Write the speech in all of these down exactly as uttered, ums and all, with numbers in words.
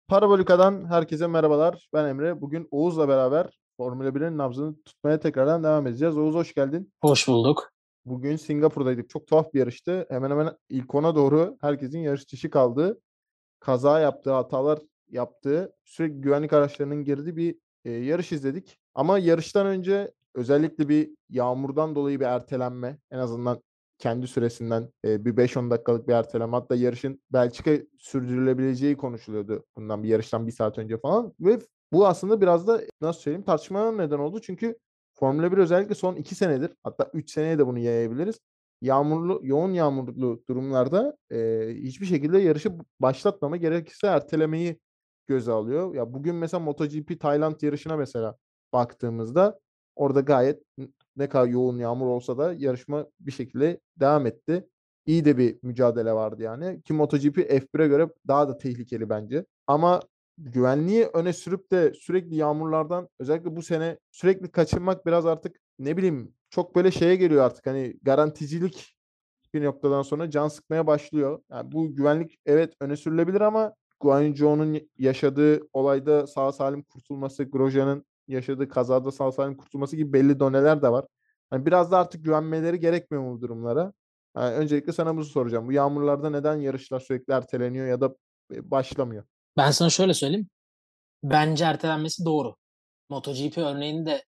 Parabolika'dan herkese merhabalar. Ben Emre. Bugün Oğuz'la beraber Formula birin nabzını tutmaya tekrardan devam edeceğiz. Oğuz hoş geldin. Hoş bulduk. Bugün Singapur'daydık. Çok tuhaf bir yarıştı. Hemen hemen ilk ona doğru herkesin yarış dışı kaldığı, kaza yaptığı, hatalar yaptığı, sürekli güvenlik araçlarının girdiği bir e, yarış izledik. Ama yarıştan önce özellikle bir yağmurdan dolayı bir ertelenme, en azından kendi süresinden e, bir beş on dakikalık bir erteleme. Hatta yarışın Belçika sürdürülebileceği konuşuluyordu bundan bir yarıştan bir saat önce falan. Ve bu aslında biraz da nasıl söyleyeyim tartışmalara neden oldu. Çünkü Formula bir özellikle son iki senedir, hatta üç seneye de bunu yayabiliriz, yağmurlu, yoğun yağmurlu durumlarda e, hiçbir şekilde yarışı başlatmama, gerekirse ertelemeyi göze alıyor. Ya bugün mesela MotoGP Tayland yarışına mesela baktığımızda orada gayet ne kadar yoğun yağmur olsa da yarışma bir şekilde devam etti. İyi de bir mücadele vardı yani. Ki MotoGP F bire göre daha da tehlikeli bence. Ama güvenliği öne sürüp de sürekli yağmurlardan, özellikle bu sene sürekli kaçınmak biraz artık ne bileyim çok böyle şeye geliyor artık, hani garanticilik bir noktadan sonra can sıkmaya başlıyor. Yani bu güvenlik evet öne sürülebilir ama Guanyu Zhou'nun yaşadığı olayda sağ salim kurtulması, Grosjean'ın yaşadığı kazada sağ salim kurtulması gibi belli doneler de var. Yani biraz da artık güvenmeleri gerekmiyor mu bu durumlara? Yani öncelikle sana bunu soracağım. Bu yağmurlarda neden yarışlar sürekli erteleniyor ya da e, başlamıyor? Ben sana şöyle söyleyeyim. Bence ertelenmesi doğru. MotoGP örneğini de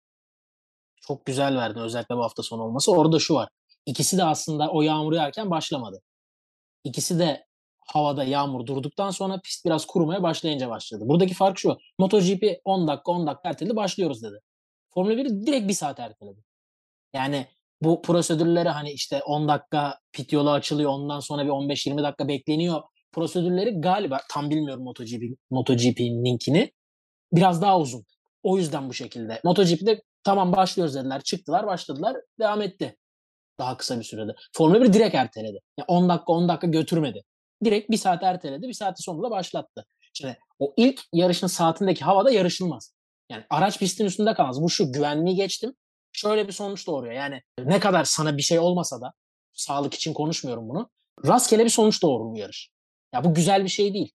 çok güzel verdin. Özellikle bu hafta sonu olması. Orada şu var. İkisi de aslında o yağmur yağarken başlamadı. İkisi de havada yağmur durduktan sonra pist biraz kurumaya başlayınca başladı. Buradaki fark şu. MotoGP on dakika on dakika erteledi başlıyoruz dedi. Formula bir direkt bir saat erteledi. Yani bu prosedürleri hani işte on dakika pit yolu açılıyor, ondan sonra bir on beş yirmi dakika bekleniyor. Prosedürleri galiba tam bilmiyorum MotoGP, MotoGP'ninkini biraz daha uzun. O yüzden bu şekilde. MotoGP'de tamam başlıyoruz dediler. Çıktılar, başladılar, devam etti. Daha kısa bir sürede. Formula bir direkt erteledi. Yani on dakika on dakika götürmedi. Direkt bir saat erteledi. Bir saatin sonunda başlattı. Şimdi o ilk yarışın saatindeki havada yarışılmaz. Yani araç pistin üstünde kalmaz. Bu şu, güvenliği geçtim. Şöyle bir sonuç doğuruyor. Yani ne kadar sana bir şey olmasa da, sağlık için konuşmuyorum bunu, rastgele bir sonuç doğurur bu yarış. Ya bu güzel bir şey değil.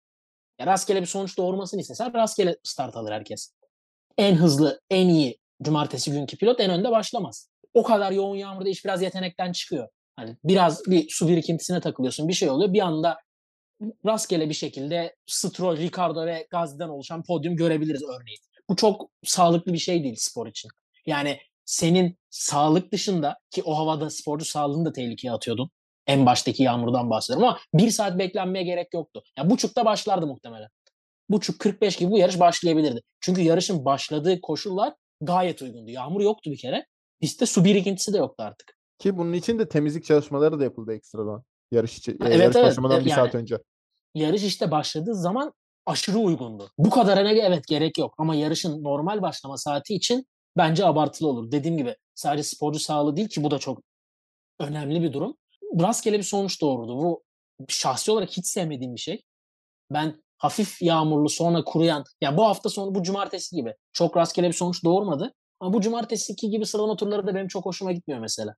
Ya rastgele bir sonuç doğurmasını istesen rastgele start alır herkes. En hızlı, en iyi cumartesi günkü pilot en önde başlamaz. O kadar yoğun yağmurda iş biraz yetenekten çıkıyor. Hani biraz bir su birikintisine takılıyorsun, bir şey oluyor. Bir anda rastgele bir şekilde Stroll, Ricardo ve Gazi'den oluşan podyum görebiliriz örneğin. Bu çok sağlıklı bir şey değil spor için. Yani senin sağlık dışında, ki o havada sporcu sağlığını da tehlikeye atıyordun. En baştaki yağmurdan bahsediyorum ama bir saat beklenmeye gerek yoktu. Yani buçukta başlardı muhtemelen. Buçuk kırk beş gibi bu yarış başlayabilirdi. Çünkü yarışın başladığı koşullar gayet uygundu. Yağmur yoktu bir kere. Pistte su birikintisi de yoktu artık. Ki bunun için de temizlik çalışmaları da yapıldı ekstradan. Yarış için, e, Evet yarış evet. E, başlamadan bir yani saat önce. yarış işte başladığı zaman aşırı uygundu. Bu kadarına evet gerek yok. Ama yarışın normal başlama saati için bence abartılı olur. Dediğim gibi sadece sporcu sağlığı değil ki, bu da çok önemli bir durum. Rastgele bir sonuç doğurdu. Bu şahsi olarak hiç sevmediğim bir şey. Ben hafif yağmurlu sonra kuruyan, ya bu hafta sonu, bu cumartesi gibi çok rastgele bir sonuç doğurmadı. Ama bu cumartesiki gibi sıralama turları da benim çok hoşuma gitmiyor mesela.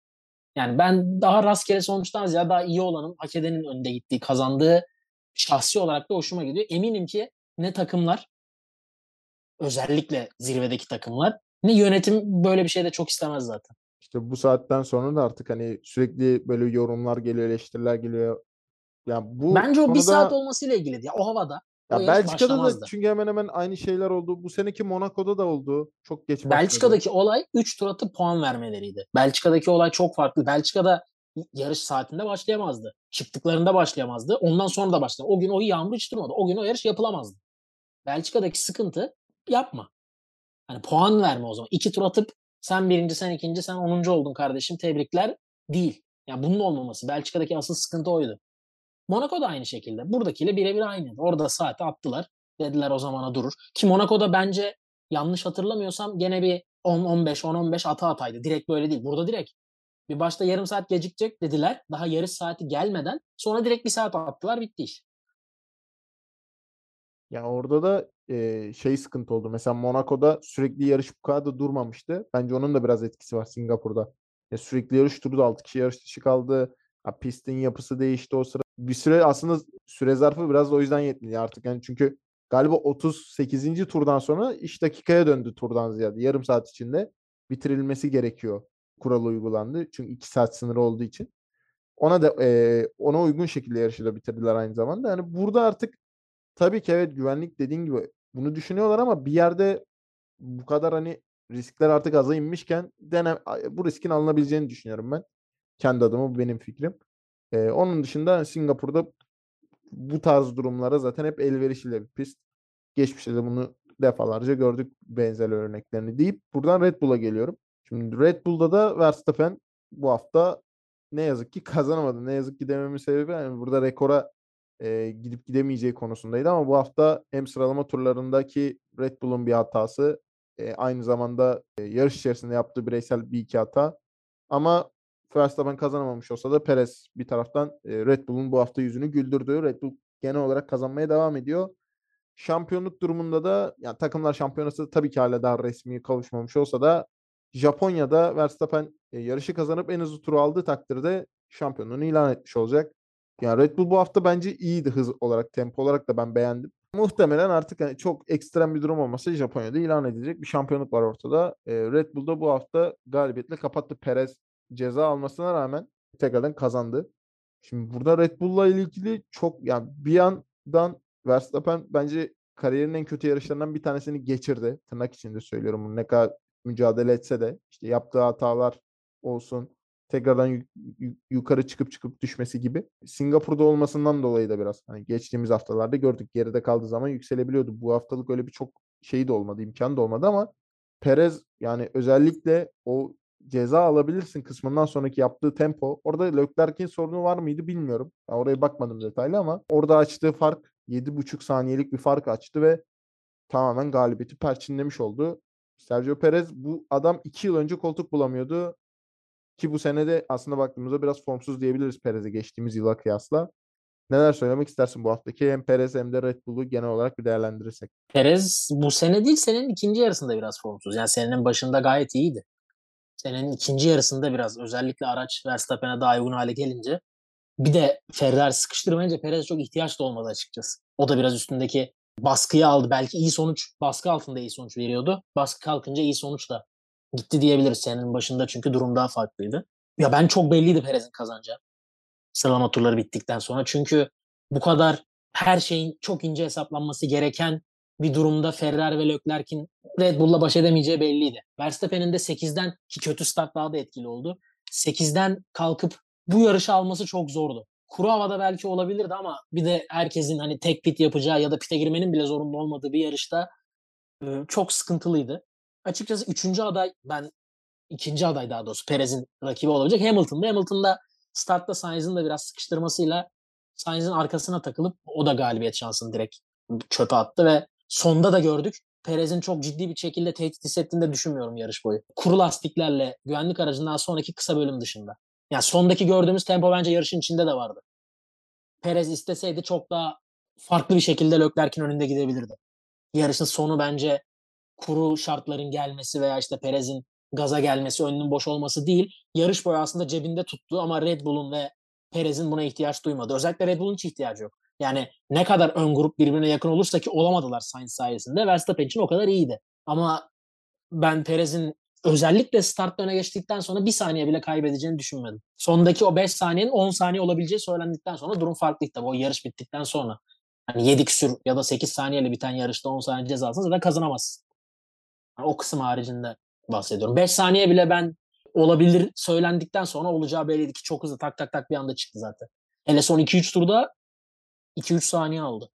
Yani ben daha rastgele sonuçtan ziyade daha iyi olanın, hak edenin önde gittiği, kazandığı şahsi olarak da hoşuma gidiyor. Eminim ki ne takımlar, özellikle zirvedeki takımlar, ne yönetim böyle bir şey de çok istemez zaten. İşte bu saatten sonra da artık hani sürekli böyle yorumlar geliyor, eleştiriler geliyor. Yani bu Bence o bir saat konuda olmasıyla ilgili. Ya o havada o ya yarış Belçika'da da başlamazdı. çünkü hemen hemen aynı şeyler oldu. Bu seneki Monaco'da da oldu. Çok geç başladı. Belçika'daki olay üç tur atıp puan vermeleriydi. Belçika'daki olay çok farklı. Belçika'da yarış saatinde başlayamazdı. Çıktıklarında başlayamazdı. Ondan sonra da başlayamazdı. O gün o yağmur hiç durmadı. O gün o yarış yapılamazdı. Belçika'daki sıkıntı, yapma. Hani puan verme o zaman. İki tur atıp sen birinci, sen ikinci, sen onuncu oldun kardeşim, tebrikler değil. Yani bunun olmaması. Belçika'daki asıl sıkıntı oydu. Monaco da aynı şekilde. Buradakiyle birebir aynı. Orada saati attılar. Dediler o zamana durur. Ki Monaco'da bence, yanlış hatırlamıyorsam, gene bir on on beş on on beş ata ataydı. Direkt böyle değil. Burada direkt bir başta yarım saat gecikecek dediler. Daha yarış saati gelmeden sonra direkt bir saat attılar, bitti iş. Yani orada da e, şey sıkıntı oldu. Mesela Monaco'da sürekli yarış bu kadar da durmamıştı. Bence onun da biraz etkisi var Singapur'da. Ya sürekli yarış durdu. Altı kişi yarış dışı kaldı. Ha, pistin yapısı değişti o sıra. Bir süre aslında süre zarfı biraz da o yüzden yetmedi artık. Yani çünkü galiba otuz sekizinci turdan sonra iş dakikaya döndü turdan ziyade. Yarım saat içinde bitirilmesi gerekiyor. Kural uygulandı. Çünkü iki saat sınırı olduğu için. Ona da e, ona uygun şekilde yarışı da bitirdiler aynı zamanda. Yani burada artık tabii ki evet güvenlik dediğin gibi bunu düşünüyorlar ama bir yerde bu kadar hani riskler artık aza inmişken dene, bu riskin alınabileceğini düşünüyorum ben. Kendi adıma bu benim fikrim. Ee, onun dışında Singapur'da bu tarz durumlara zaten hep elverişli bir pist. Geçmişte de bunu defalarca gördük benzer örneklerini deyip buradan Red Bull'a geliyorum. Şimdi Red Bull'da da Verstappen bu hafta ne yazık ki kazanamadı. Ne yazık ki dememin sebebi yani burada rekora e, gidip gidemeyeceği konusundaydı ama bu hafta hem sıralama turlarındaki Red Bull'un bir hatası e, aynı zamanda e, yarış içerisinde yaptığı bireysel bir iki hata ama Verstappen kazanamamış olsa da Perez bir taraftan e, Red Bull'un bu hafta yüzünü güldürdü. Red Bull genel olarak kazanmaya devam ediyor. Şampiyonluk durumunda da yani takımlar şampiyonası tabii ki hala daha resmi kavuşmamış olsa da Japonya'da Verstappen e, yarışı kazanıp en hızlı turu aldığı takdirde şampiyonluğunu ilan etmiş olacak. Yani Red Bull bu hafta bence iyiydi hız olarak, tempo olarak da ben beğendim. Muhtemelen artık hani çok ekstrem bir durum olmasa Japonya'da ilan edilecek bir şampiyonluk var ortada. E, Red Bull da bu hafta galibiyetle kapattı. Perez ceza almasına rağmen tekrardan kazandı. Şimdi burada Red Bull'la ilgili çok yani bir yandan Verstappen bence kariyerinin en kötü yarışlarından bir tanesini geçirdi. Tırnak içinde söylüyorum bunu. Ne kadar mücadele etse de işte yaptığı hatalar olsun. Tekrardan yu- yu- yukarı çıkıp çıkıp düşmesi gibi. Singapur'da olmasından dolayı da biraz hani geçtiğimiz haftalarda gördük. Geride kaldığı zaman yükselebiliyordu. Bu haftalık öyle bir çok şey de olmadı, imkan da olmadı ama Perez yani özellikle o ceza alabilirsin kısmından sonraki yaptığı tempo. Orada Leclerc'in sorunu var mıydı bilmiyorum. Ben oraya bakmadım detaylı ama orada açtığı fark yedi buçuk saniyelik bir fark açtı ve tamamen galibiyeti perçinlemiş oldu. Sergio Perez bu adam iki yıl önce koltuk bulamıyordu ki bu sene de aslında baktığımızda biraz formsuz diyebiliriz Perez'e geçtiğimiz yıla kıyasla. Neler söylemek istersin bu haftaki hem Perez hem de Red Bull'u genel olarak bir değerlendirirsek? Perez bu sene değil, senenin ikinci yarısında biraz formsuz. Yani senenin başında gayet iyiydi. Senenin ikinci yarısında biraz özellikle araç Verstappen'e daha uygun hale gelince bir de Ferrari sıkıştırmayınca Perez çok ihtiyaç da olmadı açıkçası. O da biraz üstündeki baskıyı aldı. Belki iyi sonuç, baskı altında iyi sonuç veriyordu. Baskı kalkınca iyi sonuç da gitti diyebiliriz senenin başında çünkü durum daha farklıydı. Ya ben çok belliydi Perez'in kazanacağı sıralama turları bittikten sonra. Çünkü bu kadar her şeyin çok ince hesaplanması gereken bir durumda Ferrari ve Leclerc'in Red Bull'la baş edemeyeceği belliydi. Verstappen'in de sekizden ki kötü start daha da etkili oldu. sekizden kalkıp bu yarışı alması çok zordu. Kuru havada belki olabilirdi ama bir de herkesin hani tek pit yapacağı ya da pite girmenin bile zorunlu olmadığı bir yarışta e, çok sıkıntılıydı. Açıkçası üçüncü aday ben ikinci aday daha doğrusu Perez'in rakibi olabilecek Hamilton'da. Hamilton'da startta Sainz'in de biraz sıkıştırmasıyla Sainz'in arkasına takılıp o da galibiyet şansını direkt çöpe attı ve sonda da gördük. Perez'in çok ciddi bir şekilde tehdit hissettiğini de düşünmüyorum yarış boyu. Kuru lastiklerle güvenlik aracından sonraki kısa bölüm dışında. Yani sondaki gördüğümüz tempo bence yarışın içinde de vardı. Perez isteseydi çok daha farklı bir şekilde Leclerc'in önünde gidebilirdi. Yarışın sonu bence kuru şartların gelmesi veya işte Perez'in gaza gelmesi, önünün boş olması değil. Yarış boyu aslında cebinde tuttu ama Red Bull'un ve Perez'in buna ihtiyaç duymadı. Özellikle Red Bull'un hiç ihtiyacı yok. Yani ne kadar ön grup birbirine yakın olursa ki olamadılar Sainz sayesinde. Verstappen için o kadar iyiydi. Ama ben Perez'in özellikle startta öne geçtikten sonra bir saniye bile kaybedeceğini düşünmedim. Sondaki o beş saniyenin on saniye olabileceği söylendikten sonra durum farklıydı tabii. O yarış bittikten sonra. Hani yedi küsür ya da sekiz saniyeyle biten yarışta on saniye cezasını zaten kazanamazsın. Yani o kısım haricinde bahsediyorum. beş saniye bile ben olabilir söylendikten sonra olacağı belliydi ki çok hızlı tak tak tak bir anda çıktı zaten. Hele son iki üç turda iki üç saniye aldı.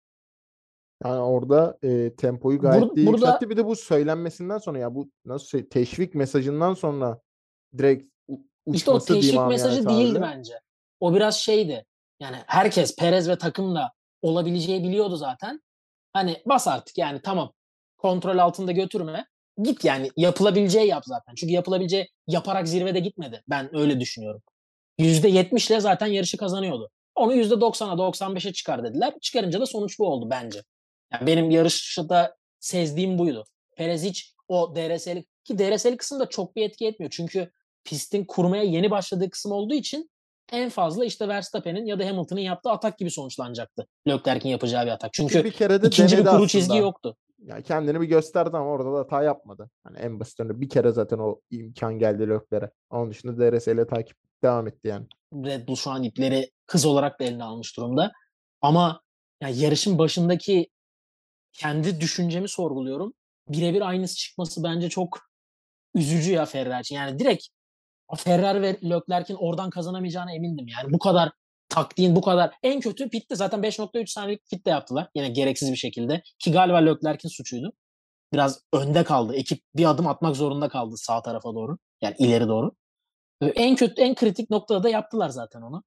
Yani orada e, tempoyu Bur- gayet iyi burada yükseltti. Bir de bu söylenmesinden sonra ya bu nasıl şey teşvik mesajından sonra direkt u- işte o uçması diyeyim teşvik amiyane mesajı değildi tabirle. bence. O biraz şeydi. Yani herkes Perez ve takımla olabileceği biliyordu zaten. Hani bas artık yani tamam. Kontrol altında götürme. Git yani yapılabileceği yap zaten. Çünkü yapılabileceği yaparak zirvede gitmedi. Ben öyle düşünüyorum. yüzde yetmişle zaten yarışı kazanıyordu. Onu yüzde doksana doksan beşe çıkar dediler. Çıkarınca da sonuç bu oldu bence. Yani benim yarışta sezdiğim buydu. Perez hiç o D R S'li ki D R S'li kısım da çok bir etki etmiyor. Çünkü pistin kurmaya yeni başladığı kısım olduğu için En fazla işte Verstappen'in ya da Hamilton'ın yaptığı atak gibi sonuçlanacaktı. Leclerc'in yapacağı bir atak. Ki Çünkü bir kere de ikinci bir denedi kuru çizgi aslında. yoktu. Ya kendini bir gösterdi ama orada da hata yapmadı. Hani en basitinde bir kere zaten o imkan geldi Leclerc'e. Onun dışında D R S ile takip devam etti yani. Red Bull şu an ipleri hız olarak da eline almış durumda. Ama yani yarışın başındaki kendi düşüncemi sorguluyorum. Birebir aynısı çıkması bence çok üzücü ya Ferrari için. Yani direkt Ferrari ve Leclerc'in oradan kazanamayacağına emindim. Yani bu kadar taktiğin bu kadar en kötü pitte zaten beş nokta üç saniyelik pit de yaptılar. Yine gereksiz bir şekilde ki galiba Leclerc'in suçuydu. Biraz önde kaldı. Ekip bir adım atmak zorunda kaldı sağ tarafa doğru. Yani ileri doğru. En kötü en kritik noktada da yaptılar zaten onu.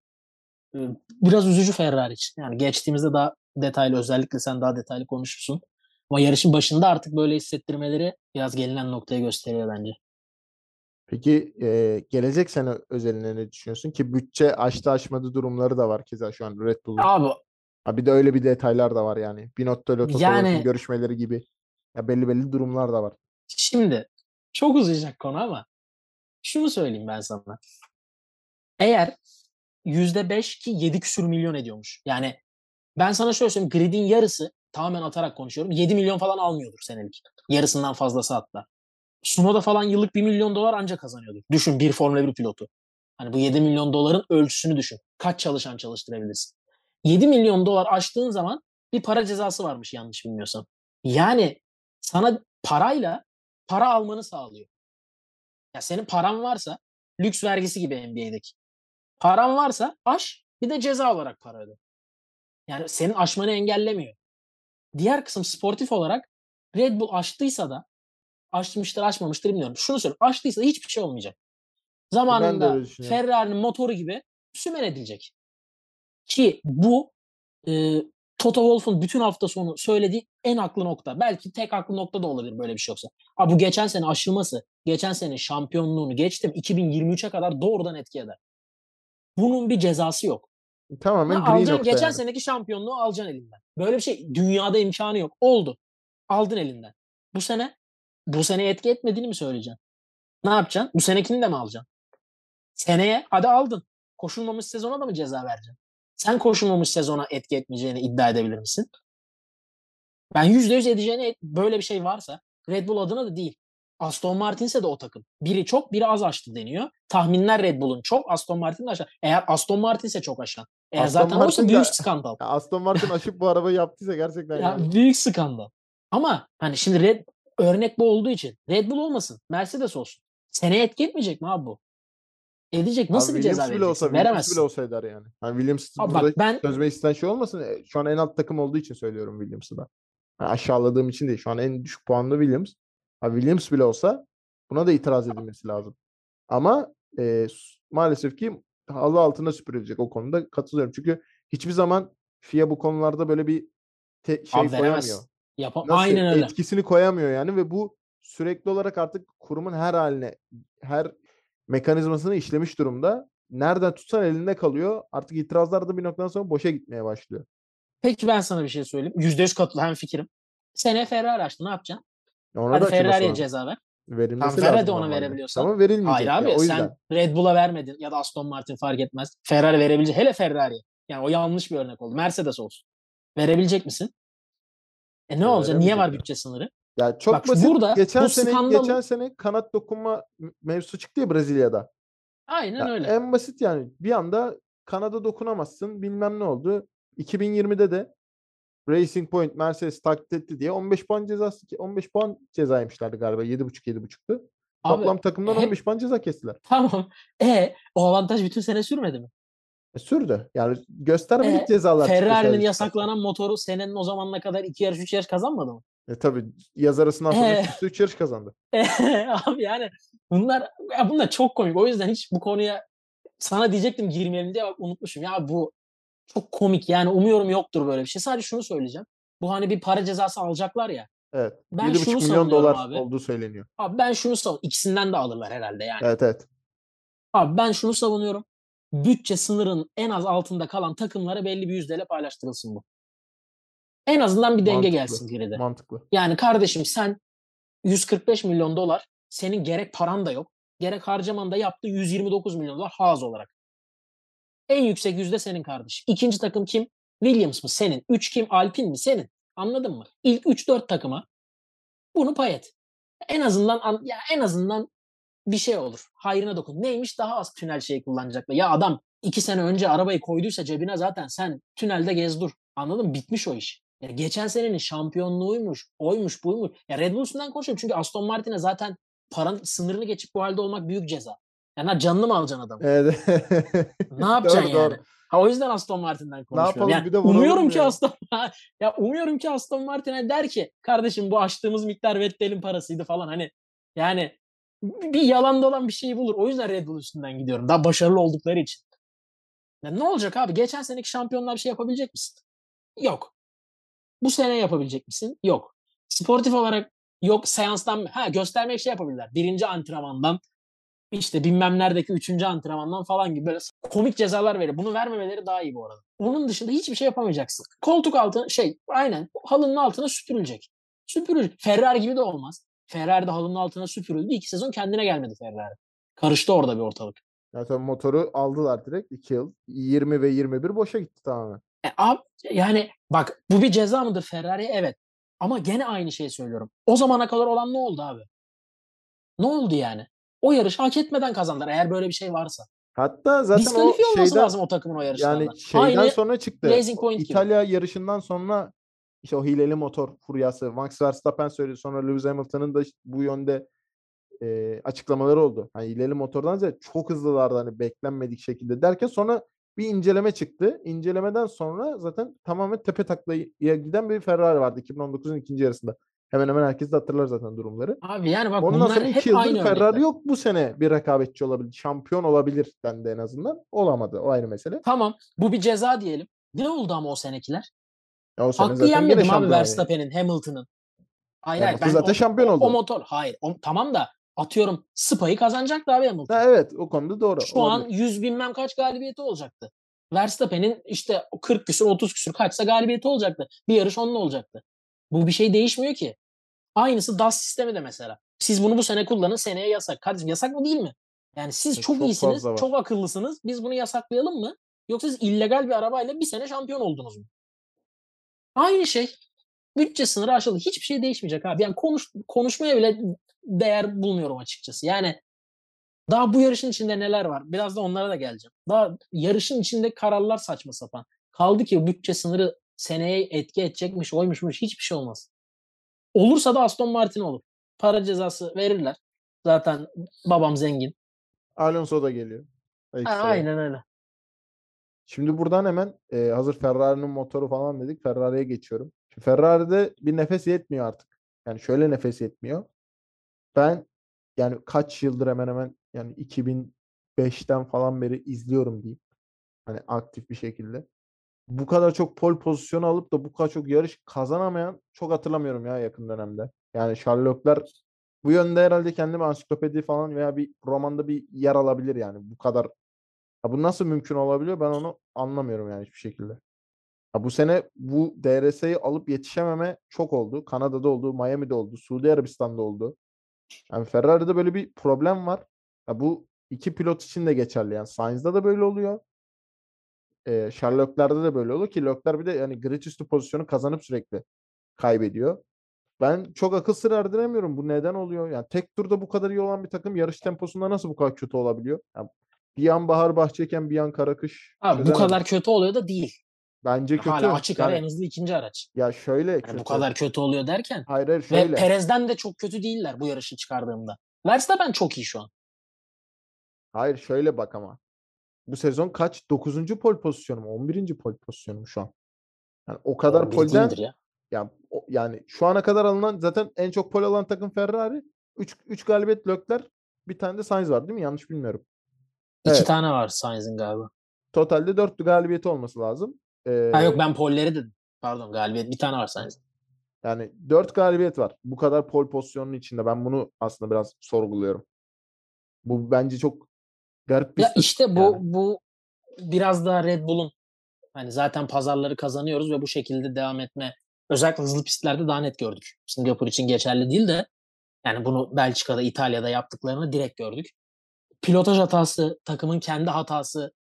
Biraz üzücü Ferrari için. Yani geçtiğimizde daha detaylı özellikle sen daha detaylı konuşursun. Ama yarışın başında artık böyle hissettirmeleri biraz gelinen noktayı gösteriyor bence. Peki e, gelecek sene özelinde ne düşünüyorsun? Ki bütçe aştı aşmadı durumları da var keza şu an Red Bull'un. Abi Ha bir de öyle bir detaylar da var yani. Binotto ile Toto Wolff'un yani görüşmeleri gibi. Ya belli belli durumlar da var. şimdi çok uzayacak konu ama şunu söyleyeyim ben sana. Eğer yüzde beş ki yedi küsür milyon ediyormuş. Yani ben sana şöyle söyleyeyim. Grid'in yarısı tamamen atarak konuşuyorum. yedi milyon falan almıyordur senelik. Yarısından fazlası hatta. Sunoda falan yıllık bir milyon dolar ancak kazanıyordur. Düşün bir Formula bir pilotu. Hani bu yedi milyon doların ölçüsünü düşün. Kaç çalışan çalıştırabilirsin? yedi milyon dolar aştığın zaman bir para cezası varmış yanlış bilmiyorsam. Yani sana parayla para almanı sağlıyor. Ya senin paran varsa lüks vergisi gibi N B A'deki. Paran varsa aş bir de ceza olarak para öde. Yani senin aşmanı engellemiyor. Diğer kısım sportif olarak Red Bull aştıysa da aşmıştır aşmamıştır bilmiyorum. Şunu söyleyeyim. Aştıysa da hiçbir şey olmayacak. Ben de Zamanında öyle düşünüyorum. Ferrari'nin motoru gibi sümen edilecek. Ki bu e, Toto Wolff'un bütün hafta sonu söylediği en haklı nokta. Belki tek haklı nokta da olabilir böyle bir şey yoksa. Ha, bu geçen sene aşılması, geçen sene şampiyonluğunu geçtim iki bin yirmi üçe kadar doğrudan etki eder. Bunun bir cezası yok. Ha, Tamamen gri alacaksın nokta geçen yani. seneki şampiyonluğu alacaksın elinden. Böyle bir şey dünyada imkanı yok. Oldu. Aldın elinden. Bu sene bu sene etki etmediğini mi söyleyeceksin? Ne yapacaksın? Bu senekini de mi alacaksın? Seneye hadi aldın. Koşulmamış sezona da mı ceza vereceksin? Sen koşulmamış sezona etki etmeyeceğini iddia edebilir misin? Ben yüzde yüz edeceğini böyle bir şey varsa Red Bull adına da değil. Aston Martin'se de o takım. Biri çok biri az aştı deniyor. Tahminler Red Bull'un çok Aston Martin'in aşağı. Eğer Aston Martin'se çok aşan. Eğer Aston zaten oysa Martin büyük de skandal. ya Aston Martin aşıp bu arabayı yaptıysa gerçekten Ya yani. büyük skandal. Ama hani şimdi Red örnek bu olduğu için Red Bull olmasın. Mercedes olsun. Seneye etki etmeyecek mi abi bu? Edecek. Abi Nasıl bir ceza Williams bile olsa vereceksin? Williams bile Veremezsin. olsa eder yani. Hani Williams Abi burada bak ben sözme isten şey olmasın. E, Şu an en alt takım olduğu için söylüyorum Williams'ı da. Hani aşağıladığım için değil. Şu an en düşük puanlı Williams. Ha, Williams bile olsa buna da itiraz edilmesi lazım. Ama e, s- maalesef ki halı altına süpürülecek o konuda katılıyorum. Çünkü hiçbir zaman F I A bu konularda böyle bir te- şey abi koyamıyor. veremez. Yapam Nasıl Aynen öyle. etkisini koyamıyor yani ve bu sürekli olarak artık kurumun her haline, her mekanizmasını işlemiş durumda. Nereden tutsan elinde kalıyor. Artık itirazlar da bir noktadan sonra boşa gitmeye başlıyor. Peki ben sana bir şey söyleyeyim. Yüzde yüz katılıyorum. Hem fikrim. Seneye Ferrari açtı. Ne yapacaksın? Ona da Hadi açılması Ferrari'ye lazım. ceza ver. Tamam Verilmesi ver hadi lazım ona normalde. verebiliyorsan. Ama Hayır verilmeyecek ya abi o sen yüzden. Red Bull'a vermedin ya da Aston Martin fark etmez. Ferrari verebilecek. Hele Ferrari. Yani o yanlış bir örnek oldu. Mercedes olsun. Verebilecek misin? E ne E, olacak? Niye var veremeyecek ya. bütçe sınırı? Ya Bak çok basit. burada Geçen bu sene skandal geçen sene kanat dokunma mevzusu çıktı ya Brezilya'da. aynen Ya öyle. en basit yani. Bir anda kanada dokunamazsın. Bilmem ne oldu. iki bin yirmide de Racing Point Mercedes taklit etti diye on beş puan cezası on beş puan cezaymışlardı galiba. yedi buçuk yedi buçuktu. Abi Toplam takımdan hep on beş puan ceza kestiler. tamam. E o avantaj bütün sene sürmedi mi? E, sürdü. Yani göstermelik E cezalar çıkıyor Ferrari'nin sadece çıkarsa. yasaklanan motoru senenin o zamanına kadar iki yarış üç yarış kazanmadı mı? E tabii yaz arasından sonra E, üst üste üç yarış kazandı. e, abi yani bunlar ya bunlar çok komik. O yüzden hiç bu konuya sana diyecektim girmeyelim diye bak unutmuşum. Ya bu çok komik. Yani umuyorum yoktur böyle bir şey. Sadece şunu söyleyeceğim. Bu hani bir para cezası alacaklar ya. Evet. Ben yedi şunu buçuk milyon savunuyorum dolar abi. olduğu söyleniyor. Abi ben şunu savunuyorum. İkisinden de alırlar herhalde yani. Evet evet. Abi ben şunu savunuyorum. Bütçe sınırın en az altında kalan takımlara belli bir yüzdeyle paylaştırılsın bu. En azından bir denge Mantıklı. gelsin grid'e. Mantıklı. Yani kardeşim sen yüz kırk beş milyon dolar senin gerek paran da yok. Gerek harcaman da yaptı yüz yirmi dokuz milyon dolar haz olarak. En yüksek yüzde senin kardeşim. İkinci takım kim? Williams mı? Senin. Üç kim? Alpine mi? Senin. Anladın mı? İlk üç dört takıma bunu pay et. En azından ya en azından bir şey olur. Hayrına dokun. Neymiş? Daha az tünel şeyi kullanacaklar. Ya adam iki sene önce arabayı koyduysa cebine zaten sen tünelde gez dur. Anladın mı? Bitmiş o iş. Ya geçen senenin şampiyonluğuymuş, oymuş, buymuş. Ya Red Bull üstünden konuşuyorum çünkü Aston Martin'e zaten paranın sınırını geçip bu halde olmak büyük ceza. Yani canını mı alacaksın adamı? Evet. Ne yapacaksın Doğru yani? doğru. Ha, o yüzden Aston Martin'den Ne konuşmuyorum. yapalım Yani bir de vuralım umuyorum mı ki ya? Aston ya umuyorum ki Aston Martin'e der ki kardeşim bu açtığımız miktar Vettel'in parasıydı falan hani yani bir yalan dolan bir şey bulur. O yüzden Red Bull üstünden gidiyorum. Daha başarılı oldukları için. Ya ne olacak abi? Geçen seneki şampiyonlar bir şey yapabilecek misin? Yok. Bu sene yapabilecek misin? Yok. Sportif olarak yok seanstan ha göstermek şey yapabilirler. Birinci antrenmandan işte bilmem neredeki üçüncü antrenmandan falan gibi böyle komik cezalar verir. Bunu vermemeleri daha iyi bu arada. Onun dışında hiçbir şey yapamayacaksın. Koltuk altı şey aynen halının altına süpürülecek. Süpürülecek. Ferrari gibi de olmaz. Ferrari de halının altına süpürüldü. İki sezon kendine gelmedi Ferrari. Karıştı orada bir ortalık. Zaten motoru aldılar direkt iki yıl. yirmi ve yirmi bir boşa gitti tamamen. E, abi, yani bak bu bir ceza mıdır Ferrari? Evet. Ama gene aynı şeyi söylüyorum. O zamana kadar olan ne oldu abi? Ne oldu yani? O yarışı hak etmeden kazandılar eğer böyle bir şey varsa. Hatta zaten o Diskalifiye olması şeyden lazım o takımın o yarışlarda. yani şeyden Aynı sonra çıktı. Racing O Point gibi. İtalya yarışından sonra işte o hileli motor furyası. Max Verstappen söyledi. Sonra Lewis Hamilton'ın da işte bu yönde e, açıklamaları oldu. Hani hileli motordan ziyade çok hızlılardı hani beklenmedik şekilde derken sonra bir inceleme çıktı. İncelemeden sonra zaten tamamen tepe taklaya giden bir Ferrari vardı iki bin on dokuzun ikinci yarısında. Hemen hemen herkes de hatırlar zaten durumları. Abi yani bak Ondan bunlar sonra hep iki yıldır aynı Ferrari örnekler. yok bu sene bir rekabetçi olabilir. Şampiyon olabilir dendi en azından. Olamadı. O ayrı mesele. Tamam bu bir ceza diyelim. Ne oldu ama o senekiler? Ya o sene Hakkı zaten gene yenmedi mi abi şampiyon adayı. Verstappen'in, Hamilton'ın? Hayır hayır Hamilton ben zaten o, şampiyon o, o oldu. motor. Hayır o, tamam da atıyorum Spa'yı kazanacaktı abi Ha, Hamilton. evet o konuda doğru Şu an olabilir. yüz bilmem kaç galibiyeti olacaktı. Verstappen'in işte kırk küsür otuz küsür kaçsa galibiyeti olacaktı. Bir yarış onunla olacaktı. Bu bir şey değişmiyor ki. Aynısı D A S sistemi de mesela. Siz bunu bu sene kullanın seneye yasak. Kardeşim yasak mı değil mi? Yani siz çok Çok iyisiniz, fazla çok var. akıllısınız. Biz bunu yasaklayalım mı? Yoksa siz illegal bir arabayla bir sene şampiyon oldunuz mu? Aynı şey. Bütçe sınırı aşıldı. Hiçbir şey değişmeyecek abi. Yani konuş, konuşmaya bile değer bulmuyorum açıkçası. Yani daha bu yarışın içinde neler var? Biraz da onlara da geleceğim. Daha yarışın içinde kararlar saçma sapan. Kaldı ki bütçe sınırı seneye etki edecekmiş, oymuşmuş hiçbir şey olmaz. Olursa da Aston Martin olur. Para cezası verirler. Zaten babam zengin. Alonso da geliyor. Ha, Ekstra. aynen öyle. Şimdi buradan hemen e, hazır Ferrari'nin motoru falan dedik. Ferrari'ye geçiyorum. Şimdi Ferrari'de bir nefes yetmiyor artık. Yani şöyle nefes yetmiyor. Ben yani kaç yıldır hemen hemen yani iki bin beşten falan beri izliyorum diyeyim. Hani aktif bir şekilde. Bu kadar çok pole pozisyonu alıp da bu kadar çok yarış kazanamayan çok hatırlamıyorum ya yakın dönemde. Yani Sherlockler bu yönde herhalde kendime ansiklopedi falan veya bir romanda bir yer alabilir yani. Bu kadar. Ha, bu nasıl mümkün olabiliyor? Ben onu anlamıyorum yani hiçbir şekilde. Ha, bu sene bu D R S'yi alıp yetişememe çok oldu. Kanada'da oldu, Miami'de oldu, Suudi Arabistan'da oldu. Yani Ferrari'de böyle bir problem var. Ha, bu iki pilot için de geçerli. Yani Sainz'da da böyle oluyor. E, Sherlock'larda da böyle oluyor ki Leclerc bir de yani grid üstü pozisyonu kazanıp sürekli kaybediyor. Ben çok akıl sır erdiremiyorum. Bu neden oluyor? Yani tek turda bu kadar iyi olan bir takım yarış temposunda nasıl bu kadar kötü olabiliyor? Yani bir an bahar bahçeyken bir an kara kış Abi bu çözemedim. kadar kötü oluyor da değil. Bence Hala kötü. açık ara Yani en hızlı ikinci araç. ya şöyle Yani bu kötü. kadar kötü oluyor derken Hayır hayır ve şöyle. Perez'den de çok kötü değiller bu yarışı çıkardığımda. Verstappen çok iyi şu an. Hayır şöyle bak ama. Bu sezon kaç? Dokuzuncu pole pozisyonu mu? on birinci pole pozisyonu mu şu an? Yani o kadar on bir değildir polden ya. yani, o- yani şu ana kadar alınan zaten en çok pole alan takım Ferrari. üç üç galibiyet Leclerc, bir tane de Sainz var değil mi? Yanlış bilmiyorum. İki Evet. tane var Sainz'in galiba. Totalde dört galibiyeti olması lazım. Ha Ee, yok ben polleri dedim. Pardon galibiyet bir tane var Sainz'in. yani dört galibiyet var. Bu kadar pole pozisyonun içinde. Ben bunu aslında biraz sorguluyorum. Bu bence çok garip bir Ya istatistik işte bu yani. bu biraz daha Red Bull'un hani zaten pazarları kazanıyoruz ve bu şekilde devam etme özellikle hızlı pistlerde daha net gördük. Singapur için geçerli değil de yani bunu Belçika'da, İtalya'da yaptıklarını direkt gördük. Pilotaj hatası, takımın kendi hatası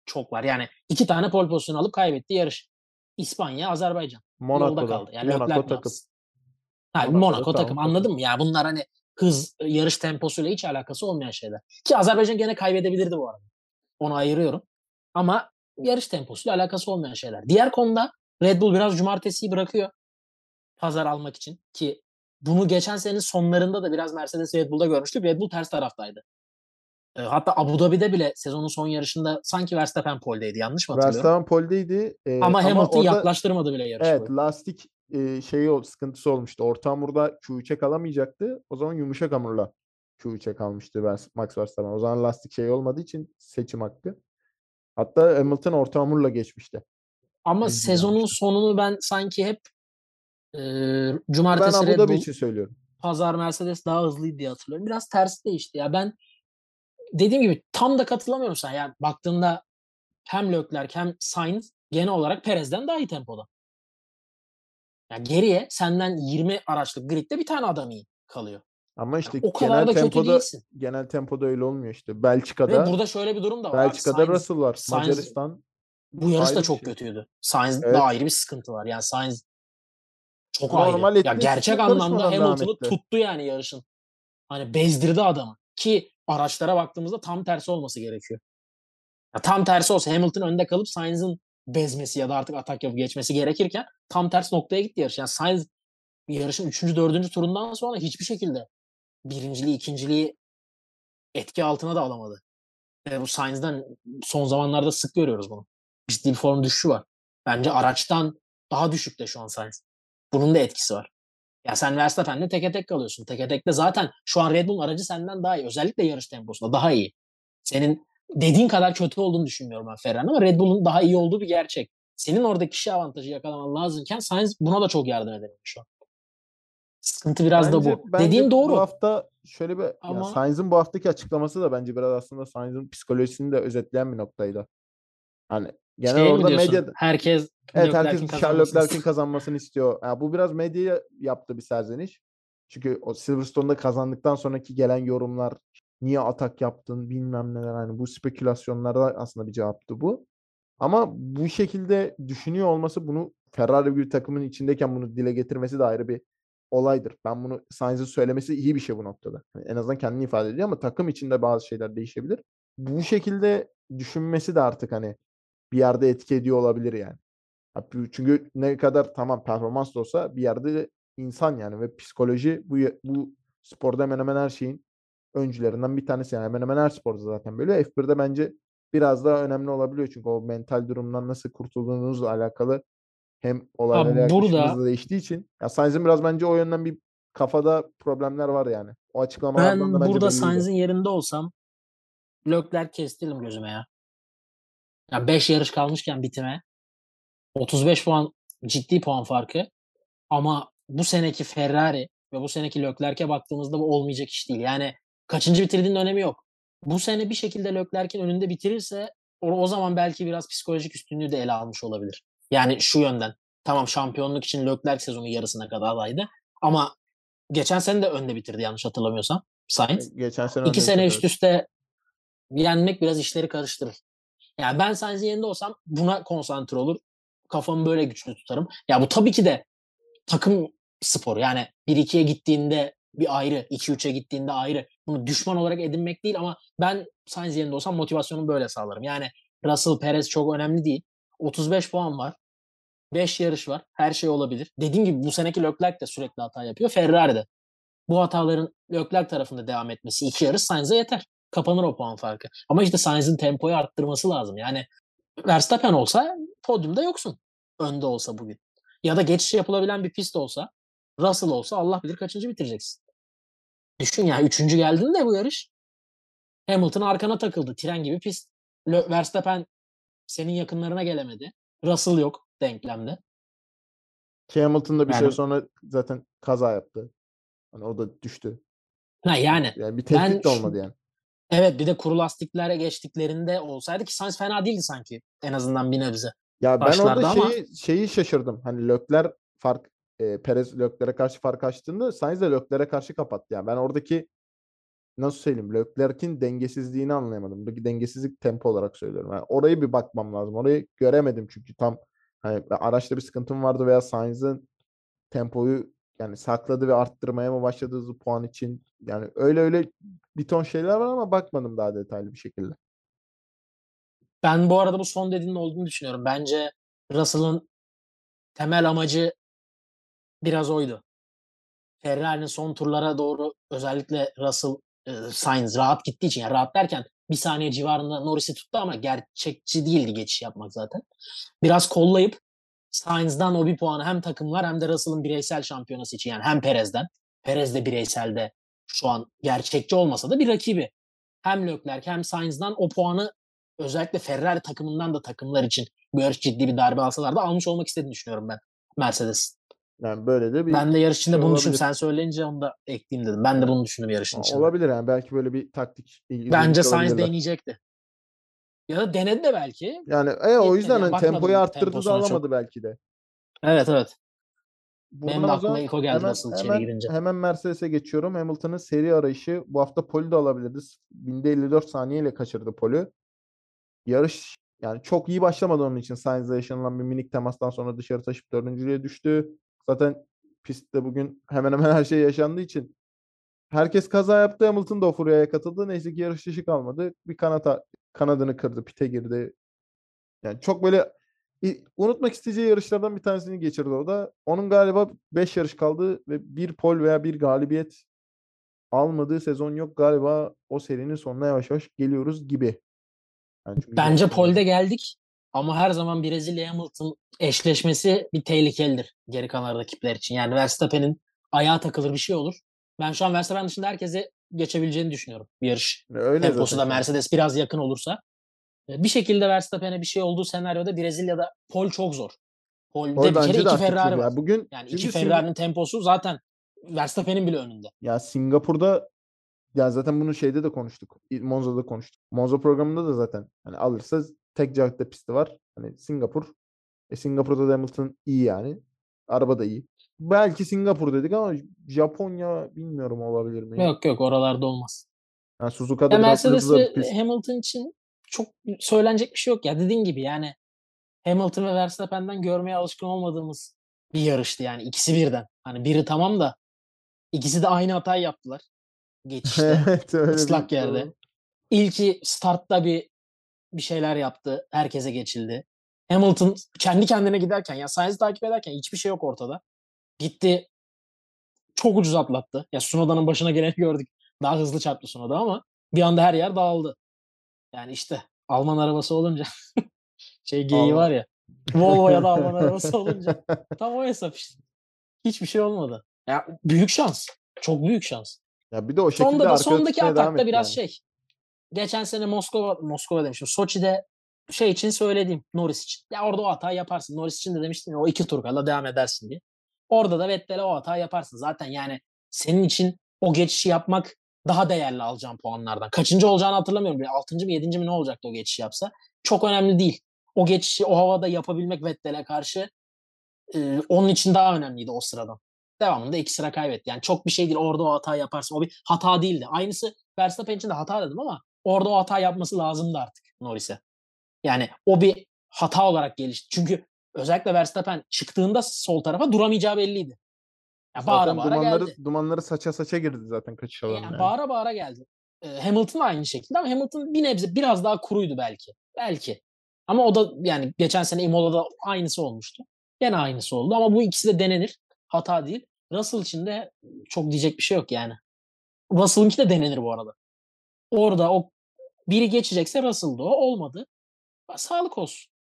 çok var. Yani iki tane pole pozisyonu alıp kaybetti yarış. İspanya, Azerbaycan. Yolda Monaco'da. kaldı. Yani Monaco Leclerc ne takım. yapsın? Ha, Monaco'da Monaco tamam takım, takım. anladın mı? Ya bunlar hani hız, yarış temposuyla hiç alakası olmayan şeyler. Ki Azerbaycan gene kaybedebilirdi bu arada. Onu ayırıyorum. Ama yarış temposuyla alakası olmayan şeyler. Diğer konuda Red Bull biraz cumartesiyi bırakıyor pazar almak için, ki bunu geçen senenin sonlarında da biraz Mercedes Red Bull'da görmüştük. Red Bull ters taraftaydı. E, hatta Abu Dhabi'de bile sezonun son yarışında sanki Verstappen poledeydi. Yanlış mı hatırlıyorum? Verstappen poledeydi. Ee, Ama ama Hamilton orada yaklaştırmadı bile yarış evet boyu. lastik e, şeyi ol- sıkıntısı olmuştu. Orta hamurda Q üçe kalamayacaktı. O zaman yumuşak hamurla Q üçe kalmıştı Vers- Max Verstappen. O zaman lastik şey olmadığı için seçim hakkı. Hatta Hamilton orta hamurla geçmişti. Ama Birinciliği sezonun almıştı. sonunu ben sanki hep e, Ben cumartesi Abu Red Dhabi Bull, için söylüyorum. pazar Mercedes daha hızlıydı diye hatırlıyorum. Biraz tersi değişti. Ya ben dediğim gibi tam da katılamıyorum sana. Yani baktığında hem Leclerc hem Sainz genel olarak Perez'den daha iyi tempoda. Yani geriye senden yirmi araçlık gridde bir tane adam iyi kalıyor. Ama Yani işte o genel kadar da kötü tempoda değilsin. genel tempoda öyle olmuyor işte. Ve Belçika'da burada şöyle bir durum da var abi. Belçika'da Sainz, Russell var. Sainz Macaristan bu yarış da ayrı bir çok şey. kötüydü. Sainz'da Evet. ayrı bir sıkıntı var. Yani Sainz çok ayrı. Normal Ya etti gerçek hiçbir anlamda karışmadan devam Hamilton'ı etti. tuttu yani yarışın. Hani bezdirdi adamı. Ki araçlara baktığımızda tam tersi olması gerekiyor. Ya tam tersi olsa Hamilton önde kalıp Sainz'ın bezmesi ya da artık atak yapıp geçmesi gerekirken tam ters noktaya gitti yarış. Yani Sainz yarışın üçüncü dördüncü turundan sonra hiçbir şekilde birinciliği, ikinciliği etki altına da alamadı. E, bu Sainz'den son zamanlarda sık görüyoruz bunu. Ciddi bir form düşüşü var. Bence araçtan daha düşükte şu an Sainz. Bunun da etkisi var. Ya sen Verstappen'le teke tek kalıyorsun. Teke tekte zaten şu an Red Bull'un aracı senden daha iyi. Özellikle yarış temposunda daha iyi. Senin dediğin kadar kötü olduğunu düşünmüyorum ben Ferrari'nin, ama Red Bull'un daha iyi olduğu bir gerçek. Senin orada kişi avantajı yakalaman lazımken Sainz buna da çok yardım edemiyor şu an. Sıkıntı biraz da Bence bu. bence Dediğin bu doğru hafta şöyle bir ya ama Sainz'in bu haftaki açıklaması da bence biraz aslında Sainz'in psikolojisini de özetleyen bir noktaydı. Hani genel şey mi orada diyorsun? medyada Herkes evet herkes Leclerc'in Charles kazanmasını Leclerc'in istiyor. kazanmasını istiyor. Ya bu biraz medyaya yaptığı bir serzeniş. Çünkü o Silverstone'da kazandıktan sonraki gelen yorumlar niye atak yaptın bilmem neler hani bu spekülasyonlara aslında bir cevaptı bu. Ama bu şekilde düşünüyor olması bunu Ferrari bir takımın içindeyken bunu dile getirmesi de ayrı bir olaydır. Ben bunu Sainz'in söylemesi iyi bir şey bu noktada. Yani en azından kendini ifade ediyor ama takım içinde bazı şeyler değişebilir. Bu şekilde düşünmesi de artık hani bir yerde etki ediyor olabilir yani. Çünkü ne kadar tamam performans da olsa bir yerde de insan yani ve psikoloji bu bu sporda hemen hemen her şeyin öncülerinden bir tanesi. Yani hemen hemen her sporda zaten böyle. F birde bence biraz daha önemli olabiliyor. Çünkü o mental durumdan nasıl kurtulduğunuzla alakalı hem olaylara Abi yaklaşımınız burada da değiştiği için. Ya Sainz'in biraz bence o yönden bir kafada problemler var yani. O açıklamalardan da ben bence burada belliydi. Sainz'in yerinde olsam Leclerc kestirim gözüme ya. Ya beş yarış kalmışken bitime otuz beş puan, ciddi puan farkı, ama bu seneki Ferrari ve bu seneki Leclerc'e baktığımızda bu olmayacak iş değil. Yani kaçıncı bitirdiğinin önemi yok. Bu sene bir şekilde Leclerc'in önünde bitirirse o, o zaman belki biraz psikolojik üstünlüğü de ele almış olabilir. Yani şu yönden. Tamam, şampiyonluk için Leclerc sezonu yarısına kadar adaydı. Ama geçen sene de önde bitirdi yanlış hatırlamıyorsam Sainz. Geçen sene İki önde sene bitirdi. üst üste yenmek biraz işleri karıştırır. Yani ben Sainz'in yerinde olsam buna konsantre olur. Kafamı böyle güçlü tutarım. Ya bu tabii ki de takım sporu. Yani bir ikiye gittiğinde bir ayrı, iki üçe gittiğinde ayrı. Bunu düşman olarak edinmek değil, ama ben Sainz yerinde olsam motivasyonumu böyle sağlarım. Yani Russell, Perez çok önemli değil. otuz beş puan var. beş yarış var. Her şey olabilir. Dediğim gibi bu seneki Leclerc de sürekli hata yapıyor. Ferrari de. Bu hataların Leclerc tarafında devam etmesi iki yarış Sainz'e yeter. Kapanır o puan farkı. Ama işte Sainz'in tempoyu arttırması lazım. Yani Verstappen olsa podyumda yoksun. Önde olsa bugün. Ya da geçiş yapılabilen bir pist olsa, Russell olsa Allah bilir kaçıncı bitireceksin. Düşün ya, üçüncü geldin de bu yarış. Hamilton arkana takıldı. Tren gibi pist. Verstappen senin yakınlarına gelemedi. Russell yok denklemde. Ki Hamilton da bir süre Yani sonra zaten kaza yaptı. Hani o da düştü. ha yani Yani bir ben tehdit de şu, olmadı yani. evet, bir de kuru lastiklere geçtiklerinde olsaydı, ki Sainz fena değildi sanki en azından bir nebze Ya ben orada başlarda, ama şeyi şeyi şaşırdım. Hani Leclerc fark e, Perez Leclerc'e karşı fark açtığında Sainz de Leclerc'e karşı kapattı. Yani ben oradaki nasıl söyleyeyim? Leclerc'in dengesizliğini anlayamadım. Buradaki dengesizlik tempo olarak söylüyorum. Yani orayı bir bakmam lazım. Orayı göremedim çünkü tam hani araçta bir sıkıntım vardı veya Sainz'ın tempoyu yani sakladı ve arttırmaya mı başladı hızlı puan için? Yani öyle öyle bir ton şeyler var ama bakmadım daha detaylı bir şekilde. Ben bu arada bu son dediğinin olduğunu düşünüyorum. Bence Russell'ın temel amacı biraz oydu. Ferrari'nin son turlara doğru özellikle Russell, e, Sainz rahat gittiği için, yani rahat derken bir saniye civarında Norris'i tuttu ama gerçekçi değildi geçiş yapmak zaten. Biraz kollayıp Sainz'dan o bir puanı hem takımlar hem de Russell'ın bireysel şampiyonası için, yani hem Perez'den. Perez de bireyselde şu an gerçekçi olmasa da bir rakibi. Hem Leclerc hem Sainz'dan o puanı özellikle Ferrari takımından da takımlar için böyle ciddi bir darbe alsalar da almış olmak istediğini düşünüyorum ben Mercedes. Yani böyle de bir Ben de yarış şey içinde bunu düşündüm. olabilir. Sen söyleyince onu da ekleyeyim dedim. Ben de Yani bunu düşündüm yarışın içinde. olabilir yani belki böyle bir taktik Bence izlemiş Sainz olabilirler. deneyecekti. Ya da denedi de belki. Yani e, o Yetmedi. yüzden Yani hani tempoyu bakmadım arttırdı da temposuna çok. alamadı belki de. Evet, evet. Benim Buradan de o aklıma zaman ilk o geldi hemen Russell içeri hemen girince. hemen Mercedes'e geçiyorum. Hamilton'ın seri arayışı bu hafta pole de alabilirdi. binde elli dört saniyeyle kaçırdı pole. Yarış yani çok iyi başlamadı onun için. Sainz'la yaşanılan bir minik temastan sonra dışarı taşıp dördüncülüğe düştü. Zaten pistte bugün hemen hemen her şey yaşandığı için herkes kaza yaptı. Hamilton da o furyaya katıldı. Neyse ki yarış dışı kalmadı. Bir kanata, kanadını kırdı, pite girdi. Yani çok böyle i- unutmak isteyeceği yarışlardan bir tanesini geçirdi o da. Onun galiba beş yarış kaldı ve bir pol veya bir galibiyet almadığı sezon yok. Galiba o serinin sonuna yavaş yavaş geliyoruz gibi. Yani çünkü Bence Japonya'da. pole'de geldik. Ama her zaman Brezilya Hamilton eşleşmesi bir tehlikelidir geri kalan rakipler için. Yani Verstappen'in ayağa takılır bir şey olur. Ben şu an Verstappen dışında herkese geçebileceğini düşünüyorum. Bir yarış Öyle temposu zaten da şu an. Mercedes biraz yakın olursa. Bir şekilde Verstappen'e bir şey olduğu senaryoda Brezilya'da pole çok zor. Pol Pole'de bir kere bence de iki artık çok Ferrari var. ya. Bugün Yani iki çünkü Sing Ferrari'nin temposu zaten Verstappen'in bile önünde. ya Singapur'da ya zaten bunu şeyde de konuştuk. Monza'da konuştuk. Monza programında da zaten hani alırsa tek cadde pisti var. Hani Singapur. E Singapur'da da Hamilton iyi yani. Araba da iyi. Belki Singapur dedik ama Japonya bilmiyorum olabilir mi? Yok yok, oralarda olmaz. Yani Ya Suzuka'da biraz Mercedes hızlı bir ve pist. Hamilton için çok söylenecek bir şey yok ya. Dediğin gibi yani Hamilton ve Verstappen'den görmeye alışkın olmadığımız bir yarıştı yani, ikisi birden. Hani biri tamam da ikisi de aynı hatayı yaptılar geçişte, Evet öyle bir ıslak yerde. problem. İlki startta bir bir şeyler yaptı. Herkese geçildi. Hamilton kendi kendine giderken, ya Sainz'i takip ederken hiçbir şey yok ortada. Gitti, çok ucuz atlattı. Ya Tsunoda'nın başına geleni gördük. Daha hızlı çarptı Tsunoda ama bir anda her yer dağıldı. Yani işte Alman arabası olunca şey geyiği var Alman. ya. Volvo'ya da Alman arabası olunca tam o hesap işte. Hiçbir şey olmadı. Ya büyük şans. Çok büyük şans. Ya bir de o şekilde Sonda da arkada sondaki tutmaya devam atakta etti biraz yani. şey. Geçen sene Moskova Moskova demişim. Soçi'de şey için söylediğim, Norris için. Ya orada o hatayı yaparsın. Norris için de demiştim ya, o iki tur kala devam edersin diye. Orada da Vettel'e o hatayı yaparsın. Zaten yani senin için o geçişi yapmak daha değerli alacağın puanlardan. Kaçıncı olacağını hatırlamıyorum. Altıncı mı yedinci mi ne olacaktı o geçişi yapsa. Çok önemli değil. O geçişi o havada yapabilmek Vettel'e karşı e, onun için daha önemliydi o sıradan. Devamında iki sıra kaybetti. Yani çok bir şey değil. Orada o hata yaparsın. O bir hata değildi. Aynısı Verstappen için de hata dedim ama orada o hata yapması lazımdı artık Norris'e. Yani o bir hata olarak gelişti. Çünkü özellikle Verstappen çıktığında sol tarafa duramayacağı belliydi. Ya bağıra Zaten bağıra geldi. dumanları dumanları saça saça girdi zaten kaçış E, alanına yani yani. bağıra bağıra geldi. E, Hamilton aynı şekilde ama Hamilton bir nebze biraz daha kuruydu belki. Belki. Ama o da yani geçen sene Imola'da aynısı olmuştu. Gene aynısı oldu ama bu ikisi de denenir. Hata değil. Russell için de çok diyecek bir şey yok yani. Russell'ınki de denenir bu arada. Orada o biri geçecekse Russell'dı o. Olmadı. Sağlık olsun.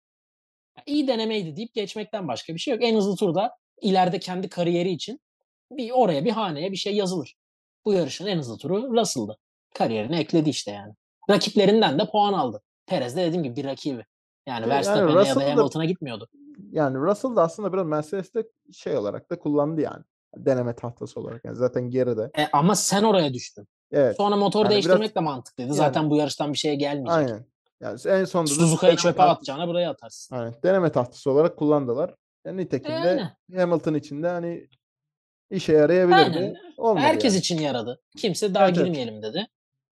İyi denemeydi deyip geçmekten başka bir şey yok. En hızlı turda ileride kendi kariyeri için bir oraya bir haneye bir şey yazılır. Bu yarışın en hızlı turu Russell'dı. Kariyerine ekledi işte yani. Rakiplerinden de puan aldı. Perez de dediğim gibi bir rakibi. Yani Ve yani Verstappen'e ya da Russell da Hamilton'a gitmiyordu. yani Russell da aslında biraz Mercedes'te şey olarak da kullandı yani. Deneme tahtası olarak. Yani zaten geride. E, ama sen oraya düştün. Evet. Sonra motor Yani biraz değiştirmek de mantıklıydı. yani Zaten bu yarıştan bir şeye gelmeyecek. aynen. Yani en sonunda da Suzuka'yı deneme çöpe tahtası. atacağına buraya atarsın. Aynen. Deneme tahtası olarak kullandılar. Yani E, nitekim de aynen. Hamilton için de hani işe yarayabilirdi. Aynen. olmadı Herkes yani. için yaradı. Kimse daha Evet, evet. girmeyelim dedi.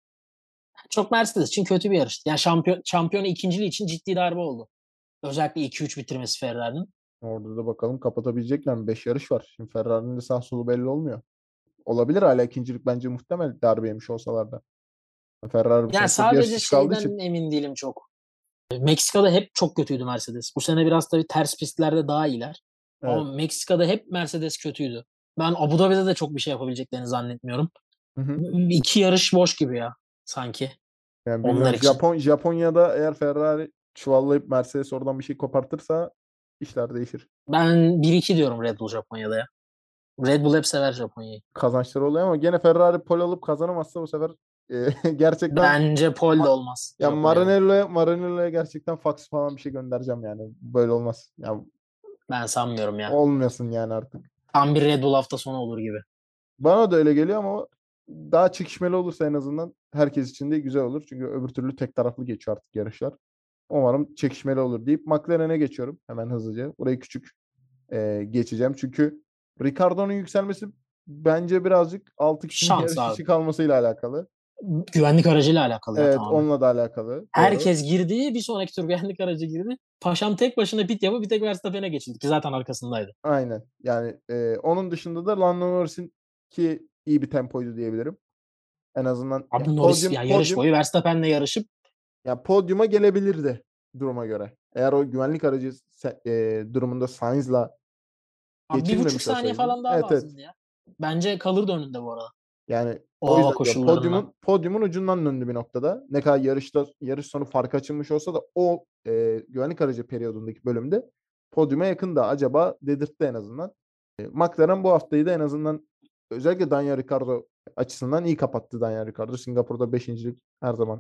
Çok Mercedes için kötü bir yarıştı. Yani şampiyon, şampiyonu ikinciliği için ciddi darbe oldu. Özellikle iki üç bitirmesi Ferrari'nin. Orada da bakalım kapatabilecekler mi? beş yarış var. Şimdi Ferrari'nin de sağ solu belli olmuyor. Olabilir, hala ikincilik bence muhtemel darbe yemiş olsalar da. Ferrari bu Yani sene çok yarış sadece dışı kaldığı için. şeyden emin değilim çok. Meksika'da hep çok kötüydü Mercedes. Bu sene biraz tabii ters pistlerde daha iyiler. Ama Evet. Meksika'da hep Mercedes kötüydü. Ben Abu Dhabi'de de çok bir şey yapabileceklerini zannetmiyorum. Hı hı. İki yarış boş gibi ya sanki Yani onlar bilmiyorum, için. Japon Japonya'da eğer Ferrari çuvallayıp Mercedes oradan bir şey kopartırsa işler değişir. Ben bir iki diyorum Red Bull Japonya'da ya. Red Bull hep sever Japonya'yı. Kazançları oluyor ama gene Ferrari pole alıp kazanamazsa bu sefer e, gerçekten Bence pole de ma- olmaz ya Japonya'da. Maranello'ya Maranello'ya gerçekten fax falan bir şey göndereceğim yani. Böyle olmaz. Ya Ben sanmıyorum ya. olmasın yani artık. Tam bir Red Bull hafta sonu olur gibi. Bana da öyle geliyor ama daha çekişmeli olursa en azından herkes için de güzel olur. Çünkü öbür türlü tek taraflı geçiyor artık yarışlar. Umarım çekişmeli olur deyip McLaren'e geçiyorum hemen hızlıca. Burayı küçük e, geçeceğim. Çünkü Ricardo'nun yükselmesi bence birazcık altı kişinin Şans yarış abi. dışı kalmasıyla alakalı. Güvenlik aracıyla alakalı ya Evet, tamamen. onunla da alakalı. Doğru. Herkes girdi. Bir sonraki tur güvenlik aracı girdi. Paşam tek başına pit yapıp bir tek Verstappen'e geçildi ki zaten arkasındaydı. Aynen. Yani e, onun dışında da Lando Norris'in ki iyi bir tempoydu diyebilirim. En azından ya Abi Norris podyum ya yarış podyum boyu Verstappen'le yarışıp ya podyuma gelebilirdi duruma göre. Eğer o güvenlik aracı se- e, durumunda Sainz'la abi bir buçuk geçilmemiş saniye olsaydı. falan daha Evet, evet. lazımdı ya. Bence kalırdı önünde bu arada. Yani O o hava yüzden diyorum, koşullarında. podyumun podyumun ucundan döndü bir noktada. Ne kadar yarışta yarış sonu fark açılmış olsa da o e, güvenlik aracı periyodundaki bölümde podyuma yakındı. Acaba dedirtti en azından. E, McLaren bu haftayı da en azından özellikle Daniel Ricciardo açısından iyi kapattı Daniel Ricciardo. Singapur'da beşincilik her zaman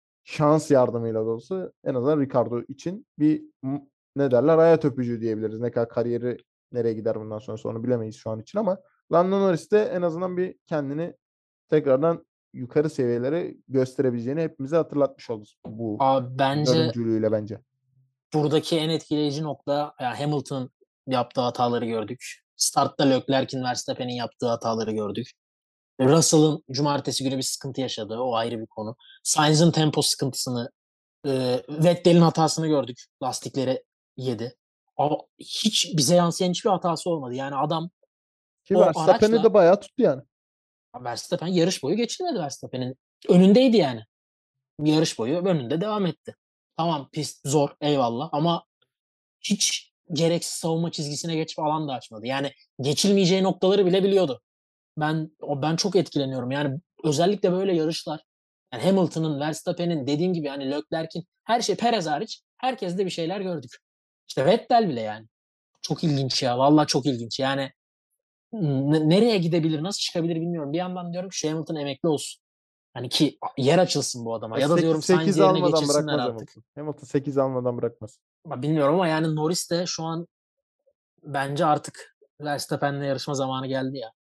şans yardımıyla da olsa en azından Ricciardo için bir ne derler, hayat öpücüğü diyebiliriz. Ne kadar kariyeri nereye gider bundan sonra onu bilemeyiz şu an için ama Lando Norris de en azından bir kendini tekrardan yukarı seviyelere gösterebileceğini hepimize hatırlatmış oldu bu Abi bence dördüncülüğüyle bence. buradaki en etkileyici nokta ya Hamilton'ın yaptığı hataları gördük. Startta Leclerc'in Verstappen'in yaptığı hataları gördük. Russell'ın cumartesi günü bir sıkıntı yaşadığı o ayrı bir konu. Sainz'ın tempo sıkıntısını, e, Vettel'in hatasını gördük. Lastikleri yedi. Ama hiç bize yansıyan hiçbir hatası olmadı. Yani adam Ki o Verstappen'i araçla de bayağı tuttu yani. Verstappen yarış boyu geçirmedi Verstappen'in. Önündeydi yani. Yarış boyu önünde devam etti. Tamam pist zor eyvallah ama hiç gereksiz savunma çizgisine geçip alan da açmadı. Yani geçilmeyeceği noktaları bile biliyordu. Ben o ben çok etkileniyorum. Yani özellikle böyle yarışlar yani Hamilton'ın, Verstappen'in dediğim gibi yani Leclerc'in her şey Perez hariç herkeste bir şeyler gördük. İşte Vettel bile yani. Çok ilginç ya. Vallahi çok ilginç. Yani n- nereye gidebilir, nasıl çıkabilir bilmiyorum. Bir yandan diyorum şu Hamilton emekli olsun. Hani ki yer açılsın bu adama. Ya da diyorum Sainz sekiz yerine almadan geçirsinler bırakmaz artık. Hamilton. Hamilton sekiz almadan bırakmaz. Ama bilmiyorum ama yani Norris de şu an bence artık Verstappen'le yarışma zamanı geldi ya.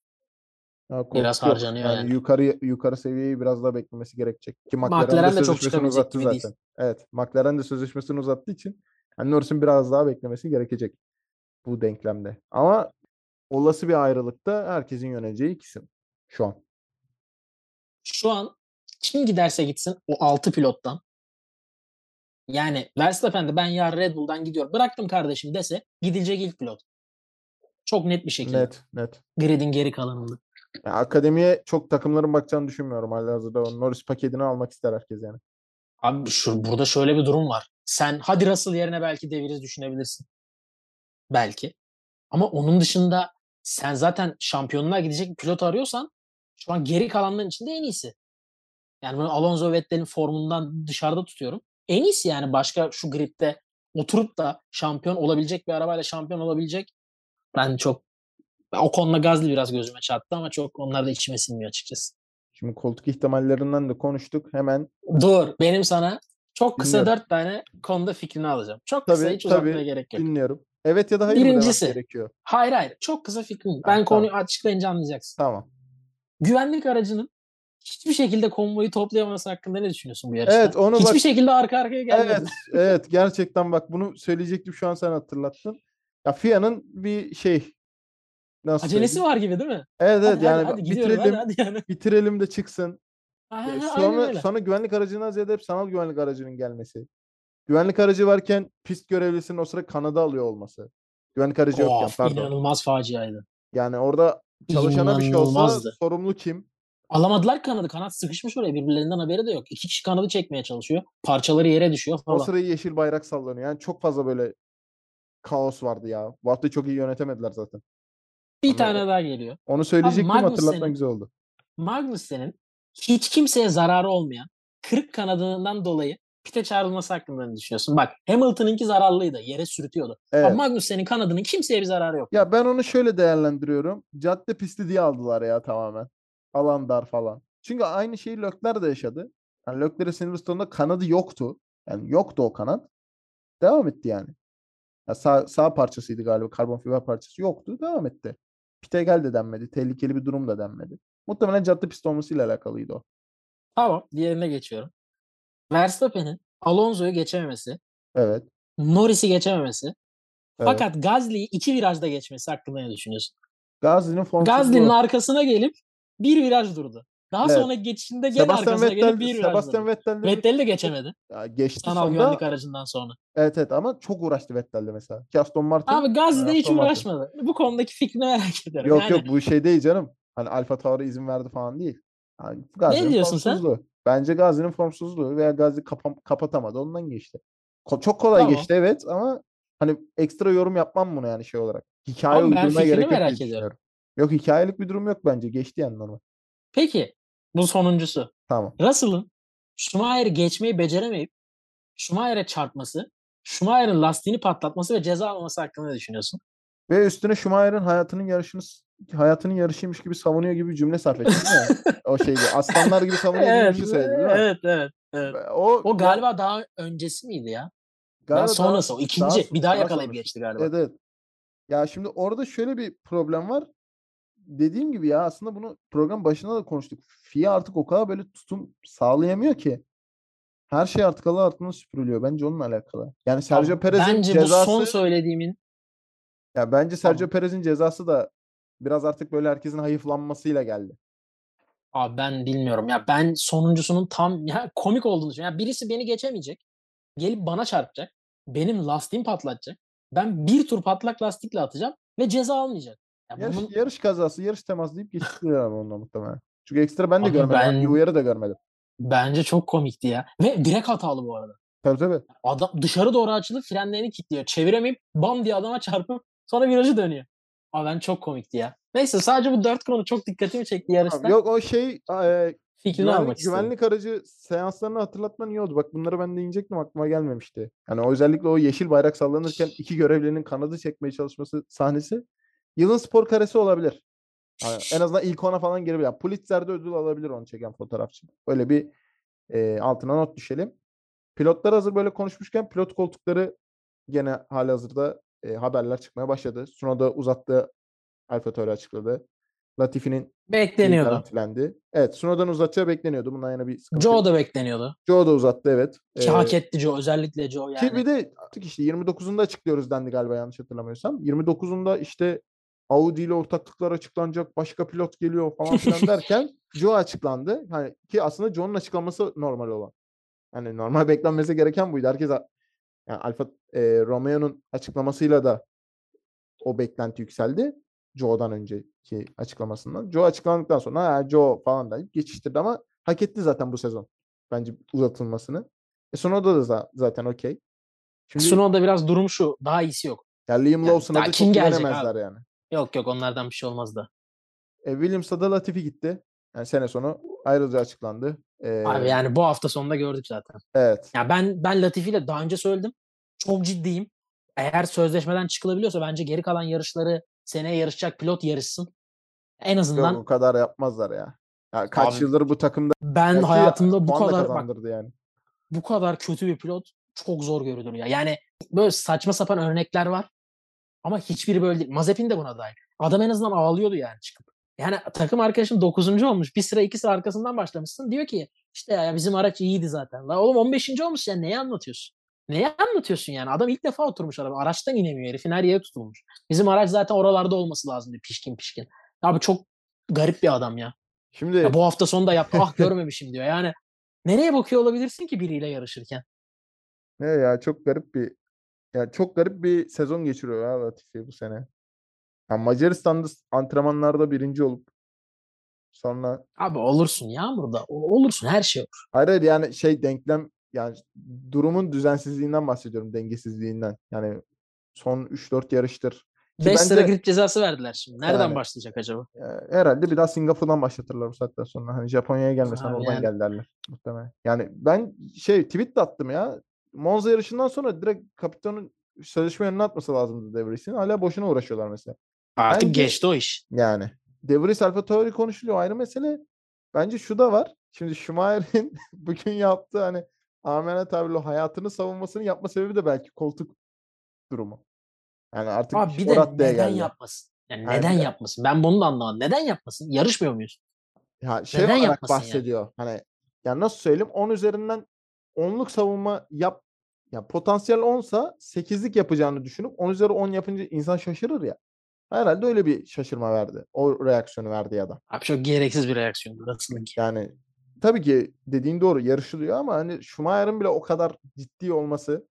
Ya, Biraz korkusu yok. harcanıyor Yani yani. yukarı yukarı seviyeyi biraz daha beklemesi gerekecek. Ki McLaren de McLaren de çok sözleşmesini çıkabilecek uzattı gibi değil. zaten. Evet, McLaren de sözleşmesini uzattığı için yani Norris'in biraz daha beklemesi gerekecek bu denklemde. Ama olası bir ayrılıkta herkesin yöneleceği ikisi şu an. Şu an kim giderse gitsin o altı pilottan yani Verstappen de ben ya Red Bull'dan gidiyorum bıraktım kardeşim dese gidilecek ilk pilot. Çok net bir şekilde. Net, net. Grid'in geri kalanında. Ya, akademiye çok takımların bakacağını düşünmüyorum. Halihazırda o Norris paketini almak ister herkes yani. Abi şu, burada şöyle bir durum var. Sen hadi Russell yerine belki De Vries düşünebilirsin. Belki. Ama onun dışında sen zaten şampiyonluğa gidecek bir pilot arıyorsan şu an geri kalanların içinde en iyisi. Yani bunu Alonso Vettel'in formundan dışarıda tutuyorum. En iyisi yani başka şu gridde oturup da şampiyon olabilecek bir arabayla şampiyon olabilecek. Ben çok o konuda Gazli biraz gözüme çarptı ama çok onlar da içime sinmiyor açıkçası. Şimdi koltuk ihtimallerinden de konuştuk. Hemen Dur benim sana çok kısa dinliyorum. dört tane konuda fikrini alacağım. Çok kısa Tabii, hiç uzatmaya tabii gerek yok. dinliyorum. Evet ya da hayır mı demem Birincisi gerekiyor? hayır hayır çok kısa fikrim. Heh, Ben tamam. konuyu açıklayınca anlayacaksın. Tamam. Güvenlik aracının hiçbir şekilde konvoyu toplayaması hakkında ne düşünüyorsun bu Evet, yarışta? onu Hiçbir bak. şekilde arka arkaya gelmediler. Evet, evet, gerçekten bak bunu söyleyecektim, şu an sen hatırlattın. Ya F I A'nın bir şey Nasıl Acelesi söyleyeyim? var gibi değil mi? Evet, Hadi evet, hadi yani hadi gidiyorum hadi bitirelim, hadi yani. bitirelim de çıksın. Ha, Ya ha, aynen sonra öyle. sonra güvenlik aracından ziyade hep sanal güvenlik aracının gelmesi. Güvenlik aracı varken pist görevlisinin o sıra kanadı alıyor olması. Güvenlik aracı yokken Of, pardon. inanılmaz faciaydı. Yani orada çalışana bir şey olsa İnanılmazdı. sorumlu kim? Alamadılar kanadı. Kanat sıkışmış oraya. Birbirlerinden haberi de yok. İki kişi kanadı çekmeye çalışıyor. Parçaları yere düşüyor O falan. sırada yeşil bayrak sallanıyor. Yani çok fazla böyle kaos vardı ya. Bu hafta çok iyi yönetemediler zaten. Bir Hani tane o- daha geliyor. onu Abi söyleyecektim, hatırlatman Magnussen'in güzel oldu. Magnussen'in hiç kimseye zararı olmayan kırık kanadından dolayı pite çağrılması hakkında ne düşünüyorsun? Bak, Hamilton'ınki zararlıydı. Yere sürtüyordu. Ama Evet. Magnussen'in kanadının kimseye bir zararı yoktu. Ya ben onu şöyle değerlendiriyorum. Cadde pisti diye aldılar ya tamamen. Alan dar falan. Çünkü aynı şeyi Leclerc de yaşadı. Yani Leclerc'in Silverstone'da kanadı yoktu. Yani yoktu o kanat. Devam etti yani. Ya sağ, sağ parçasıydı galiba. Karbon fiber parçası yoktu. Devam etti. Pite gel de denmedi. Tehlikeli bir durum da denmedi. Muhtemelen cadde pist olmasıyla alakalıydı o. Tamam, diğerine geçiyorum. Verstappen'in Alonso'yu geçememesi, Evet. Norris'i geçememesi, Evet. fakat Gasly'yi iki virajda geçmesi hakkında ne düşünüyorsun? Gazi'nin Gasly'nin formsuzluğu. arkasına gelip bir viraj durdu. Daha Evet. sonraki geçişinde gene Sebastian arkasına gelip Vettel bir viraj Sebastian durdu. Vettel'de bir Vettel'i de geçemedi. ya geçti Sanal güvenlik sonda. aracından sonra. Evet, evet, ama çok uğraştı Vettel'de mesela. Ki Aston Abi Martin yani Gazze'de hiç Aston Martin. uğraşmadı. Bu konudaki fikrini merak ediyorum. Yok, Yani yok, bu şey değil canım. Hani Alfa Tauri izin verdi falan değil. Yani ne Gazi'nin diyorsun sen? formsuzluğu. Bence Gazi'nin formsuzluğu veya Gazi kapa- kapatamadı, ondan geçti. Ko- çok kolay Tamam. geçti, evet, ama hani ekstra yorum yapmam buna yani şey olarak. Hikaye Ama ben uydurmaya fikrini gerek yok diye merak ediyorum. düşünüyorum. Yok, hikayelik bir durum yok bence. Geçti yani normal. Peki bu sonuncusu. Tamam. Russell'ın Schumacher'i geçmeyi beceremeyip Schumacher'e çarpması, Schumacher'in lastiğini patlatması ve ceza almaması hakkında ne düşünüyorsun? Ve üstüne Schumacher'in hayatının yarışını hayatının yarışıymış gibi savunuyor gibi bir cümle sarf etti, değil mi? O şeydi. Aslanlar gibi savunuyor gibi bir Evet, şey söyledi, değil mi? evet, evet, evet. O O yani galiba daha öncesi miydi ya? Daha galiba daha sonrası o. daha ikinci. Bir son- daha daha yakalayıp sonrası. geçti galiba. Evet, evet. Ya şimdi orada şöyle bir problem var. Dediğim gibi ya, aslında bunu program başında da konuştuk. F I A artık o kadar böyle tutum sağlayamıyor ki. Her şey artık alı altına süpürülüyor. Bence onunla alakalı. Yani Abi, Sergio Perez'in bence bu son cezası söylediğimin ya bence Sergio tamam. Perez'in cezası da biraz artık böyle herkesin hayıflanmasıyla geldi. Abi ben bilmiyorum. Ya ben sonuncusunun tam ya komik olduğunu düşünüyorum. Ya birisi beni geçemeyecek. Gelip bana çarpacak. Benim lastiğim patlatacak. Ben bir tur patlak lastikle atacağım ve ceza almayacak. Ya Yarış, bunun yarış kazası, yarış teması deyip geçiştiriyorlar ama onunla muhtemelen. Çünkü ekstra ben de abi görmedim. Bir ben uyarı da görmedim. bence çok komikti ya. Ve direkt hatalı bu arada. Tabii, tabii. Adam dışarı doğru açılıp frenlerini kilitliyor. Çeviremeyip bam diye adama çarpıp sonra virajı dönüyor. Abi ben çok komikti ya. Neyse, sadece bu dört konu çok dikkatimi çekti Tamam, yarışta. yok o şey e, Fikrini almak güvenlik istedim. güvenlik aracı seanslarını hatırlatman iyi oldu. Bak, bunları ben de inecektim, aklıma gelmemişti. Yani o özellikle o yeşil bayrak sallanırken iki görevlinin kanadı çekmeye çalışması sahnesi yılın spor karesi olabilir. Yani en azından ilk ona falan girebilir. Yani Pulitzer'de ödül alabilir onu çeken fotoğrafçı. Böyle bir e, altına not düşelim. Pilotlar hazır böyle konuşmuşken pilot koltukları gene halihazırda e, haberler çıkmaya başladı. Tsunoda uzattığı AlphaTauri açıkladı. Latifi'nin şeyi Bekleniyordu. garantilendi. Evet, Tsunoda'nın uzatacağı bekleniyordu. Bundan yana bir sıkıntı Joe yok. da bekleniyordu. Joe da uzattı, evet. Ki hak Ee, etti Joe. Özellikle Joe ki yani. bir de artık işte yirmi dokuzunda açıklıyoruz dendi galiba, yanlış hatırlamıyorsam. yirmi dokuzunda işte Audi ile ortaklıklar açıklanacak, başka pilot geliyor falan filan derken Joe açıklandı. Hani ki aslında Joe'nun açıklanması normal olan. Hani normal beklenmesi gereken buydu. Herkes yani Alfa e, Romeo'nun açıklamasıyla da o beklenti yükseldi. Joe'dan önceki açıklamasından. Joe açıklandıktan sonra ha, Joe falan da geçiştirdi ama hak etti zaten bu sezon. Bence uzatılmasını. E Sonoda da zaten okey. Şimdi Tsunoda biraz durum şu. Daha iyisi yok. ya Liam Yani Lawson'a daha da kim çok gelecek abi? güvenemezler yani. Yok yok, onlardan bir şey olmaz da. E, Williams'a da Latifi gitti. Yani sene sonu ayrıca açıklandı. E, Abi yani bu hafta sonunda gördük zaten. evet. Ya ben ben Latifi ile daha önce söyledim. Çok ciddiyim. Eğer sözleşmeden çıkılabiliyorsa bence geri kalan yarışları seneye yarışacak pilot yarışsın. En Yok, o azından kadar yapmazlar ya. Ya kaç abi yıldır bu takımda ben belki hayatımda bu puan da kadar bak kazandırdı yani. bu kadar kötü bir pilot çok zor görülür ya. Yani böyle saçma sapan örnekler var ama hiçbiri böyle değil. Mazepin de buna dahil. Adam en azından ağlıyordu yani çıkıp. Yani takım arkadaşın dokuzuncu olmuş. Bir sıra iki sıra arkasından başlamışsın. Diyor ki işte ya bizim araç iyiydi zaten. La oğlum on beşinci olmuş ya, neyi anlatıyorsun? Neyi anlatıyorsun yani? Adam ilk defa oturmuş araba. Araçtan inemiyor, herifin her yere tutulmuş. Bizim araç zaten oralarda olması lazım diyor, pişkin pişkin. Abi çok garip bir adam ya. Ya Şimdi bu hafta sonu da yaptı. Ah görmemişim diyor. Yani nereye bakıyor olabilirsin ki biriyle yarışırken? ne ya, çok garip bir ya çok garip bir sezon geçiriyor ya Latifi bu sene. Ya Macaristan'da antrenmanlarda birinci olup sonra Abi olursun Yağmur'da. O- Olursun, her şey olur. hayır, hayır yani şey denklem, yani durumun düzensizliğinden bahsediyorum, dengesizliğinden. Yani son üç dört yarıştır ki beş sıra bence grid cezası verdiler şimdi. Nereden yani başlayacak acaba? e, herhalde bir daha Singapur'dan başlatırlar bu saatten sonra. Hani Japonya'ya gelmesen Abi oradan yani gel derler muhtemelen. Yani ben şey tweet de attım ya. Monza yarışından sonra direkt Capiton'un sözleşme önüne atması lazımdı De Vries'in. Hala boşuna uğraşıyorlar mesela. artık Bence geçti o iş. yani De Vries AlphaTauri konuşuluyor, ayrı mesele. Bence şu da var. Şimdi Schumacher'in bugün yaptığı hani amene tabirle hayatını savunmasını yapma sebebi de belki koltuk durumu. Yani artık Abi iş bir o de raddeye neden geldi. yapmasın? Yani Yani neden bir de yapmasın? Ben bunu da anlamadım. Neden yapmasın? Yarışmıyor muyuz? ya şey Neden olarak yapmasın yani? bahsediyor. Hani ya nasıl söyleyeyim? on üzerinden onluk savunma yap, ya potansiyel onsa sekizlik yapacağını düşünüp on üzeri on yapınca insan şaşırır ya. Herhalde öyle bir şaşırma verdi. O reaksiyonu verdi ya da. Abi çok gereksiz bir reaksiyon Russell'ınki. Yani tabii ki dediğin doğru, yarışılıyor ama hani Schumacher'ın bile o kadar ciddi olması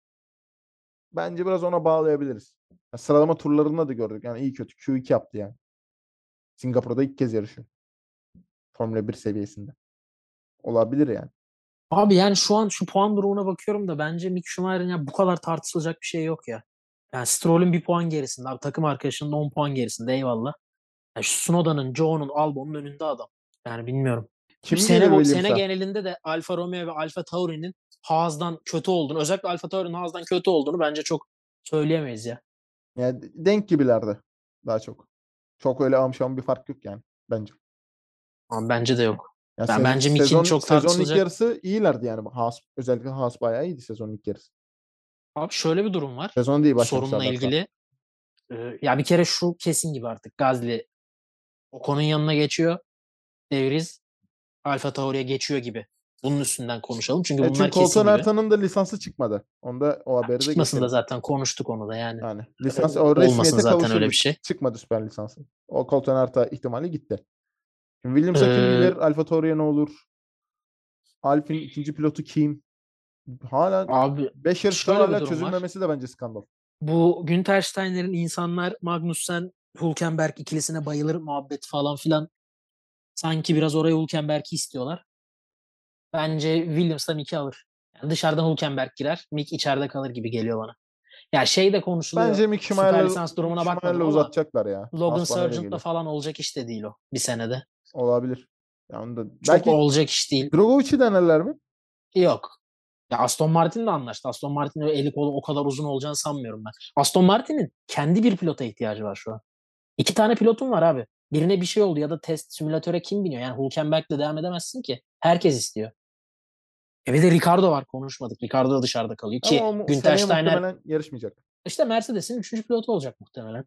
bence biraz ona bağlayabiliriz. Ya sıralama turlarında da gördük. Yani iyi kötü Q iki yaptı yani. Singapur'da ilk kez yarışıyor. Formula bir seviyesinde. Olabilir yani. Abi yani şu an şu puan durumuna bakıyorum da bence Mick Schumacher'in ya bu kadar tartışılacak bir şey yok ya. Yani Stroll'ün bir puan gerisinde. Abi takım arkadaşının on puan gerisinde, eyvallah. Yani şu Tsunoda'nın, Zhou'nun, Albon'un önünde adam. Yani bilmiyorum. Kim Sene gelir bu sene Williams'a? genelinde de Alfa Romeo ve Alfa Tauri'nin Haas'dan kötü olduğunu, özellikle Alfa Tauri'nin Haas'dan kötü olduğunu bence çok söyleyemeyiz ya. Yani denk gibilerdi daha çok. Çok öyle amşan bir fark yok yani bence. Ama bence de yok. Yani Ben sez- bence Mick'in sezon çok sezonun ilk tartışılacak. yarısı iyilerdi yani. Haas, özellikle Haas bayağı iyiydi sezonun ilk yarısı. Abi şöyle bir durum var. Sezon değil, Bu başlamışlardı sorunla hatta. ilgili. Ee, ya bir kere şu kesin gibi artık. Gasly Ocon'un yanına geçiyor. De Vries Alfa Tauri'ye geçiyor gibi. Bunun üstünden konuşalım. Çünkü E çünkü bunlar kesin Colton gibi. Herta'nın da lisansı çıkmadı. Onda o Yani haberi de çıkmasın da geçelim. zaten konuştuk onu da yani. Yani Ee, lisans o olmasın resmiyete zaten öyle kavuşuldu. bir şey. Çıkmadı süper lisansı. O Colton Herta ihtimali gitti. Şimdi Williams'a kim Ee, gelir? Alfa Tauri'ye ne olur? Alfin ikinci pilotu kim? Hala abi beş yarış kala şöyle bir hala durum var. çözülmemesi de bence skandal. Bu Günter Steiner'in insanlar Magnussen Hülkenberg ikilisine bayılır muhabbet falan filan. Sanki biraz oraya Hülkenberg'i istiyorlar. Bence Williams'tan iki alır. Yani dışarıdan Hülkenberg girer. Mick içeride kalır gibi geliyor bana. Ya şey de konuşuluyor. Bence Mick Süper Schumacher'le lisans Mick durumuna bakmadım Schumacher'le ama uzatacaklar ya. Logan Haas bana öyle Sargent'la geliyor. falan olacak iş de değil o bir senede. Olabilir. Ya onu da Çok belki olacak iş değil. Drogovic'i denerler mi? Yok. Ya Aston Martin de anlaştı. Aston Martin'in eli kolu o kadar uzun olacağını sanmıyorum ben. Aston Martin'in kendi bir pilota ihtiyacı var şu an. İki tane pilotun var abi. Birine bir şey oldu ya da test simülatöre kim biniyor? Yani Hülkenberg'le devam edemezsin ki. Herkes istiyor. E bir de Ricardo var, konuşmadık. Ricardo da dışarıda kalıyor Ama ki o mu- Günther seneye Steiner muhtemelen yarışmayacak. işte Mercedes'in üçüncü pilotu olacak muhtemelen.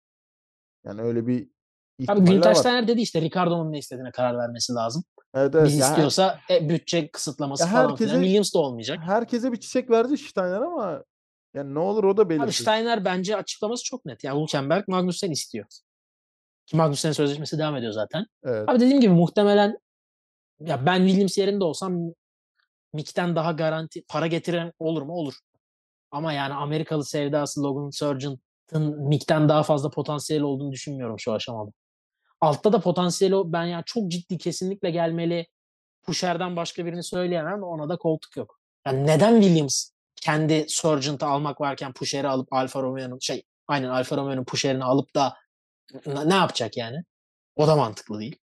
Yani öyle bir Abi ihtimaller Günther var. Steiner dedi işte Ricardo'nun ne istediğine karar vermesi lazım. Evet, Biz evet. Ya, istiyorsa e, bütçe ya kısıtlaması falan filan. herkese Williams da olmayacak. herkese bir çiçek verdi Steiner ama yani ne olur o da Abi belirsiz. Steiner bence açıklaması çok net. Yani Hülkenberg Magnussen istiyor. Ki Magnussen'in sözleşmesi devam ediyor zaten. Evet. Abi dediğim gibi muhtemelen ya ben Williams yerinde olsam Mick'ten daha garanti para getiren olur mu? Olur. Ama yani Amerikalı sevdası Logan Sargent'ın Mick'ten daha fazla potansiyel olduğunu düşünmüyorum şu aşamada. Altta da potansiyeli o- ben yani çok ciddi kesinlikle gelmeli. Pusher'den başka birini söyleyemem. Ona da koltuk yok. Yani neden Williams kendi Sargent'ı almak varken Pusher'i alıp Alfa Romeo'nun şey aynen Alfa Romeo'nun Pusher'ini alıp da n- ne yapacak yani? O da mantıklı değil.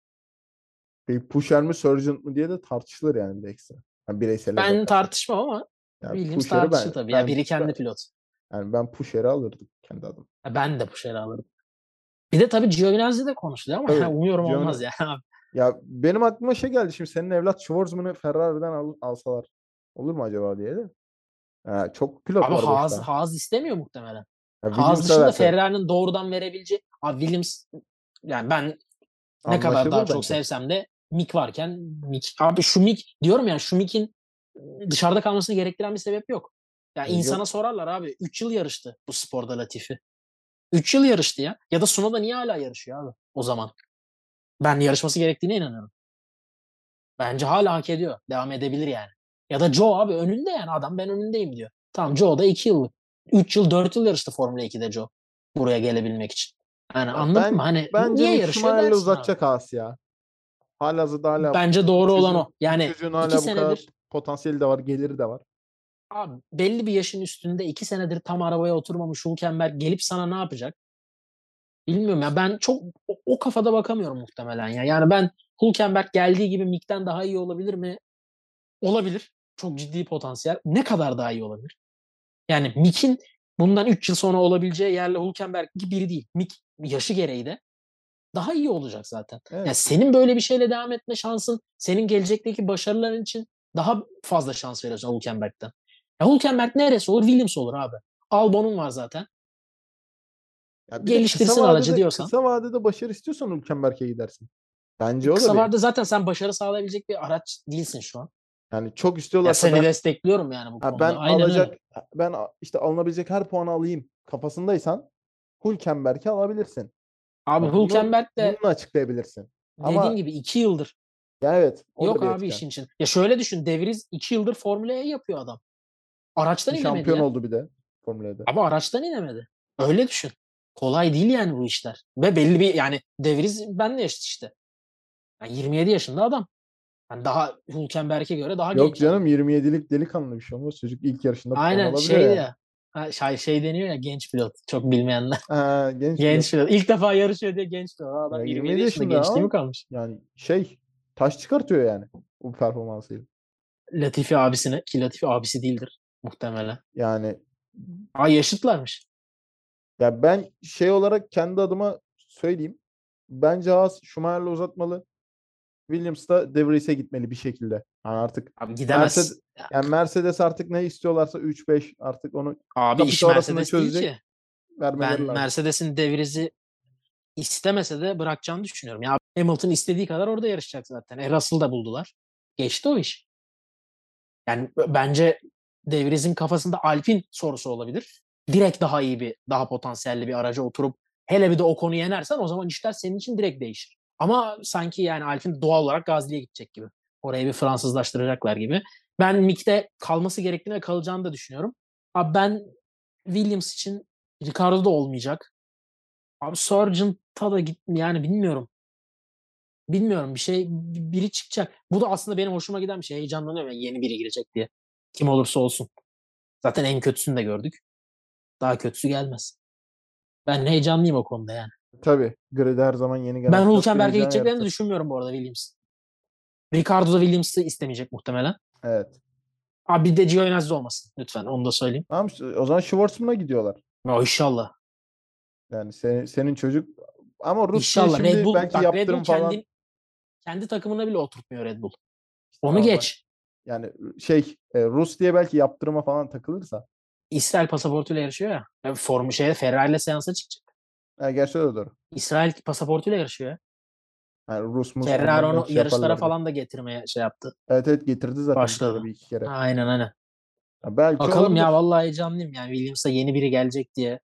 Bir Pusher mi Sargent mı diye de tartışılır yani bir de ekstra. Yani bireysele Ben bakarsak. tartışmam ama Yani Williams Pusher'ı tartışır ben tabii. Ya ben biri ben, kendi pilot. yani ben Pusher'ı alırdım kendi adıma. Ya ben de Pusher'i alırım. Bir de tabii Giovinazzi de konuşuluyor ama Tabii. umuyorum olmaz Giovinazzi. ya. Ya benim aklıma şey geldi, şimdi senin evlat Schwarzman'ı Ferrari'den al, alsalar olur mu acaba diye de. Ha, çok pilot Abi var Haas, boşta. Haas istemiyor muhtemelen. Ya Haas Williams'a dışında verse Ferrari'nin doğrudan verebileceği abi Williams, yani ben ne kadar daha anlaşılır çok bence. sevsem de Mick varken Mick abi şu Mick diyorum ya şu Mick'in dışarıda kalmasını gerektiren bir sebep yok. Ya Eee, yok insana sorarlar abi. üç yıl yarıştı bu sporda Latifi. üç yıl yarıştı ya. Ya da Tsunoda niye hala yarışıyor abi o zaman? Ben yarışması gerektiğine inanıyorum. Bence hala hak ediyor. Devam edebilir yani. Ya da Joe abi önünde yani adam ben önündeyim diyor. Tamam Joe da iki yıllık. üç yıl dört yıl yarıştı Formula ikide Joe. Buraya gelebilmek için. Yani ya anladın mı? ben Hani bence niye Mick yarışıyor Schumacher'le dersin abi. uzatacak Haas ya. Halihazırda hala Bence bu doğru olan o. çocuğun bu Yani çocuğun iki hala bu kadar senedir potansiyeli de var, geliri de var. abi belli bir yaşın üstünde iki senedir tam arabaya oturmamış Hülkenberg gelip sana ne yapacak? Bilmiyorum ya ben çok o, o kafada bakamıyorum muhtemelen ya. Yani ben Hülkenberg geldiği gibi Mick'ten daha iyi olabilir mi? Olabilir. Çok ciddi potansiyel. Ne kadar daha iyi olabilir? Yani Mick'in bundan üç yıl sonra olabileceği yerle Hülkenberg biri değil. Mick yaşı gereği de daha iyi olacak zaten. Yani Evet. senin böyle bir şeyle devam etme şansın senin gelecekteki başarıların için daha fazla şans veriyorsun Hülkenberg'ten. Ya Hülkenberg neresi olur? Williams olur abi. Albon'un var zaten. Ya bir de kısa Geliştirsin aracı vadede diyorsan. kısa vadede başarı istiyorsan Hülkenberg'e gidersin. E, Bence o da kısa bir. vadede zaten sen başarı sağlayabilecek bir araç değilsin şu an. Yani çok Ya istiyorlarsa seni ben destekliyorum yani bu ha, konuda. ben Aynen öyle. alacak ben a- işte alınabilecek her puanı alayım kafasındaysan Hülkenberg'i alabilirsin. Abi Ya bunu Hülkenberg de bununla açıklayabilirsin. dediğim Ama gibi iki yıldır. ya evet o da Yok bir abi etken. işin için. Ya şöyle düşün. De Vries iki yıldır Formula E yapıyor adam. Araçtan Bir inemedi şampiyon ya. oldu bir de Formula E'de. Abi araçtan inemedi. Öyle düşün. Kolay değil yani bu işler. Ve belli bir yani De Vries benle yaşıt işte. Yani yirmi yedi yaşında adam. Yani daha Hülkenberg'e göre daha Yok genç adam. canım yirmi yedilik delikanlı bir şey olmaz. Çocuk ilk yarışında puan Aynen alabiliyor şey yani. ya. Ha, Şey, şey deniyor ya genç pilot. Çok bilmeyenler. Ha, genç pilot. Genç pilot. İlk defa yarışıyor diye genç diyor. O Ya adam yirmi yedi yirmi yedi yaşında yaşında gençliği mi ama kalmış? yani şey taş çıkartıyor yani bu performansıyla. Latifi abisine ki Latifi abisi değildir muhtemelen. Yani Aa yaşıtlarmış. ya ben şey olarak kendi adıma söyleyeyim. Bence Haas Schumacher'le uzatmalı. Williams da De Vries'e gitmeli bir şekilde. Yani artık Abi Mercedes gidemez. Ya, yani Mercedes artık ne istiyorlarsa üç beş artık onu abi iş kapita arasında Mercedes değil çözecek ki. Ben vermeleri lazım. Mercedes'in devrizi istemese de bırakacağını düşünüyorum. Ya Hamilton istediği kadar orada yarışacak zaten. E Russell'ı da buldular. Geçti o iş. Yani bence De Vries'in kafasında Alpine sorusu olabilir. Direkt daha iyi bir, daha potansiyelli bir araca oturup hele bir de o konuyu yenersen o zaman işler senin için direkt değişir. Ama sanki yani Alpine doğal olarak Gazli'ye gidecek gibi. Orayı bir Fransızlaştıracaklar gibi. Ben Mick'te kalması gerektiğini ve kalacağını da düşünüyorum. Abi ben Williams için Ricardo da olmayacak. Abi Sargent'a da git yani bilmiyorum. Bilmiyorum bir şey biri çıkacak. Bu da aslında benim hoşuma giden bir şey. Heyecanlanıyorum yani yeni biri girecek diye. Kim olursa olsun. Zaten en kötüsünü de gördük. Daha kötüsü gelmez. Ben heyecanlıyım o konuda yani. Tabii grid her zaman yeni gelen Ben pilot bir Hülkenberg'e heyecan gideceklerini de yaratır. düşünmüyorum bu arada Williams. Ricardo da Williams'ı istemeyecek muhtemelen. Evet. Abi bir de Giovinazzi olmasın lütfen onu da söyleyeyim. Tamam işte, o zaman Schwarzman'a gidiyorlar. Ya inşallah. Yani senin, senin çocuk ama Rus diye İnşallah. Red şimdi Bull belki bak Red Bull yaptırım falan kendi kendi takımına bile oturtmuyor Red Bull. işte Onu ama bak geç. yani şey e, Rus diye belki yaptırıma falan takılırsa İsrail pasaportuyla yarışıyor ya. Yani formu şeye Ferrari ile seansa çıkacak. ha, gerçi öyle doğru. İsrail pasaportuyla yarışıyor ya. Yani Rus mus Ferrari ondan onu belki şey yarışlara yaparlar diye. falan da getirmeye şey yaptı. Evet evet getirdi zaten bir kere Başladı. bir iki kere. Aynen aynen. Ya belki Bakalım ya olabilir. vallahi heyecanlıyım yani Williams'a yeni biri gelecek diye.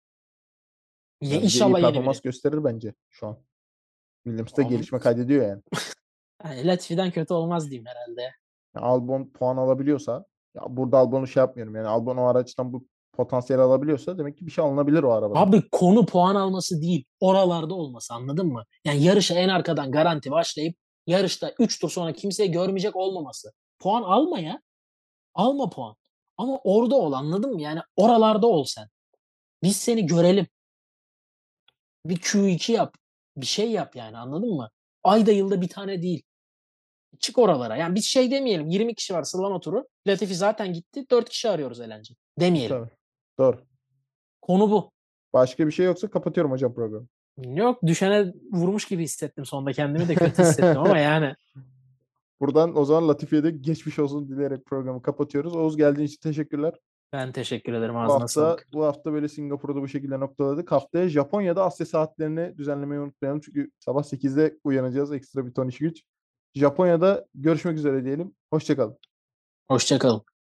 Ye, Bence iyi inşallah yeni biri. performans gösterir bence şu an. Williams da Abi, gelişme kaydediyor yani. yani Latifi'den kötü olmaz diyeyim herhalde. Yani Albon puan alabiliyorsa ya burada Albon'u şey yapmıyorum yani Albon o araçtan bu potansiyel alabiliyorsa demek ki bir şey alınabilir o arabadan. Abi konu puan alması değil. Oralarda olması anladın mı? Yani yarışa en arkadan garanti başlayıp yarışta üç tur sonra kimseyi görmeyecek olmaması. Puan alma ya. Alma puan. Ama orada ol anladın mı? Yani oralarda ol sen. Biz seni görelim. Bir Q iki yap. Bir şey yap yani anladın mı? Ayda yılda bir tane değil. Çık oralara. Yani biz şey demeyelim. yirmi kişi var sıralama turu. Latifi zaten gitti. dört kişi arıyoruz eğlence. Demeyelim. Tabii. Doğru. Konu bu. Başka bir şey yoksa kapatıyorum hocam programı. Yok düşene vurmuş gibi hissettim sonunda. Kendimi de kötü hissettim ama yani Buradan o zaman Latifi'ye de geçmiş olsun dileyerek programı kapatıyoruz. Oğuz geldiğin için teşekkürler. ben teşekkür ederim. Bu Ağzına hafta sağlık. bu hafta böyle Singapur'da bu şekilde noktaladık. Haftaya Japonya'da Asya saatlerini düzenlemeyi unutmayalım. Çünkü sabah sekizde uyanacağız. Ekstra bir ton iş güç. Japonya'da görüşmek üzere diyelim. Hoşça kalın. Hoşça kalın.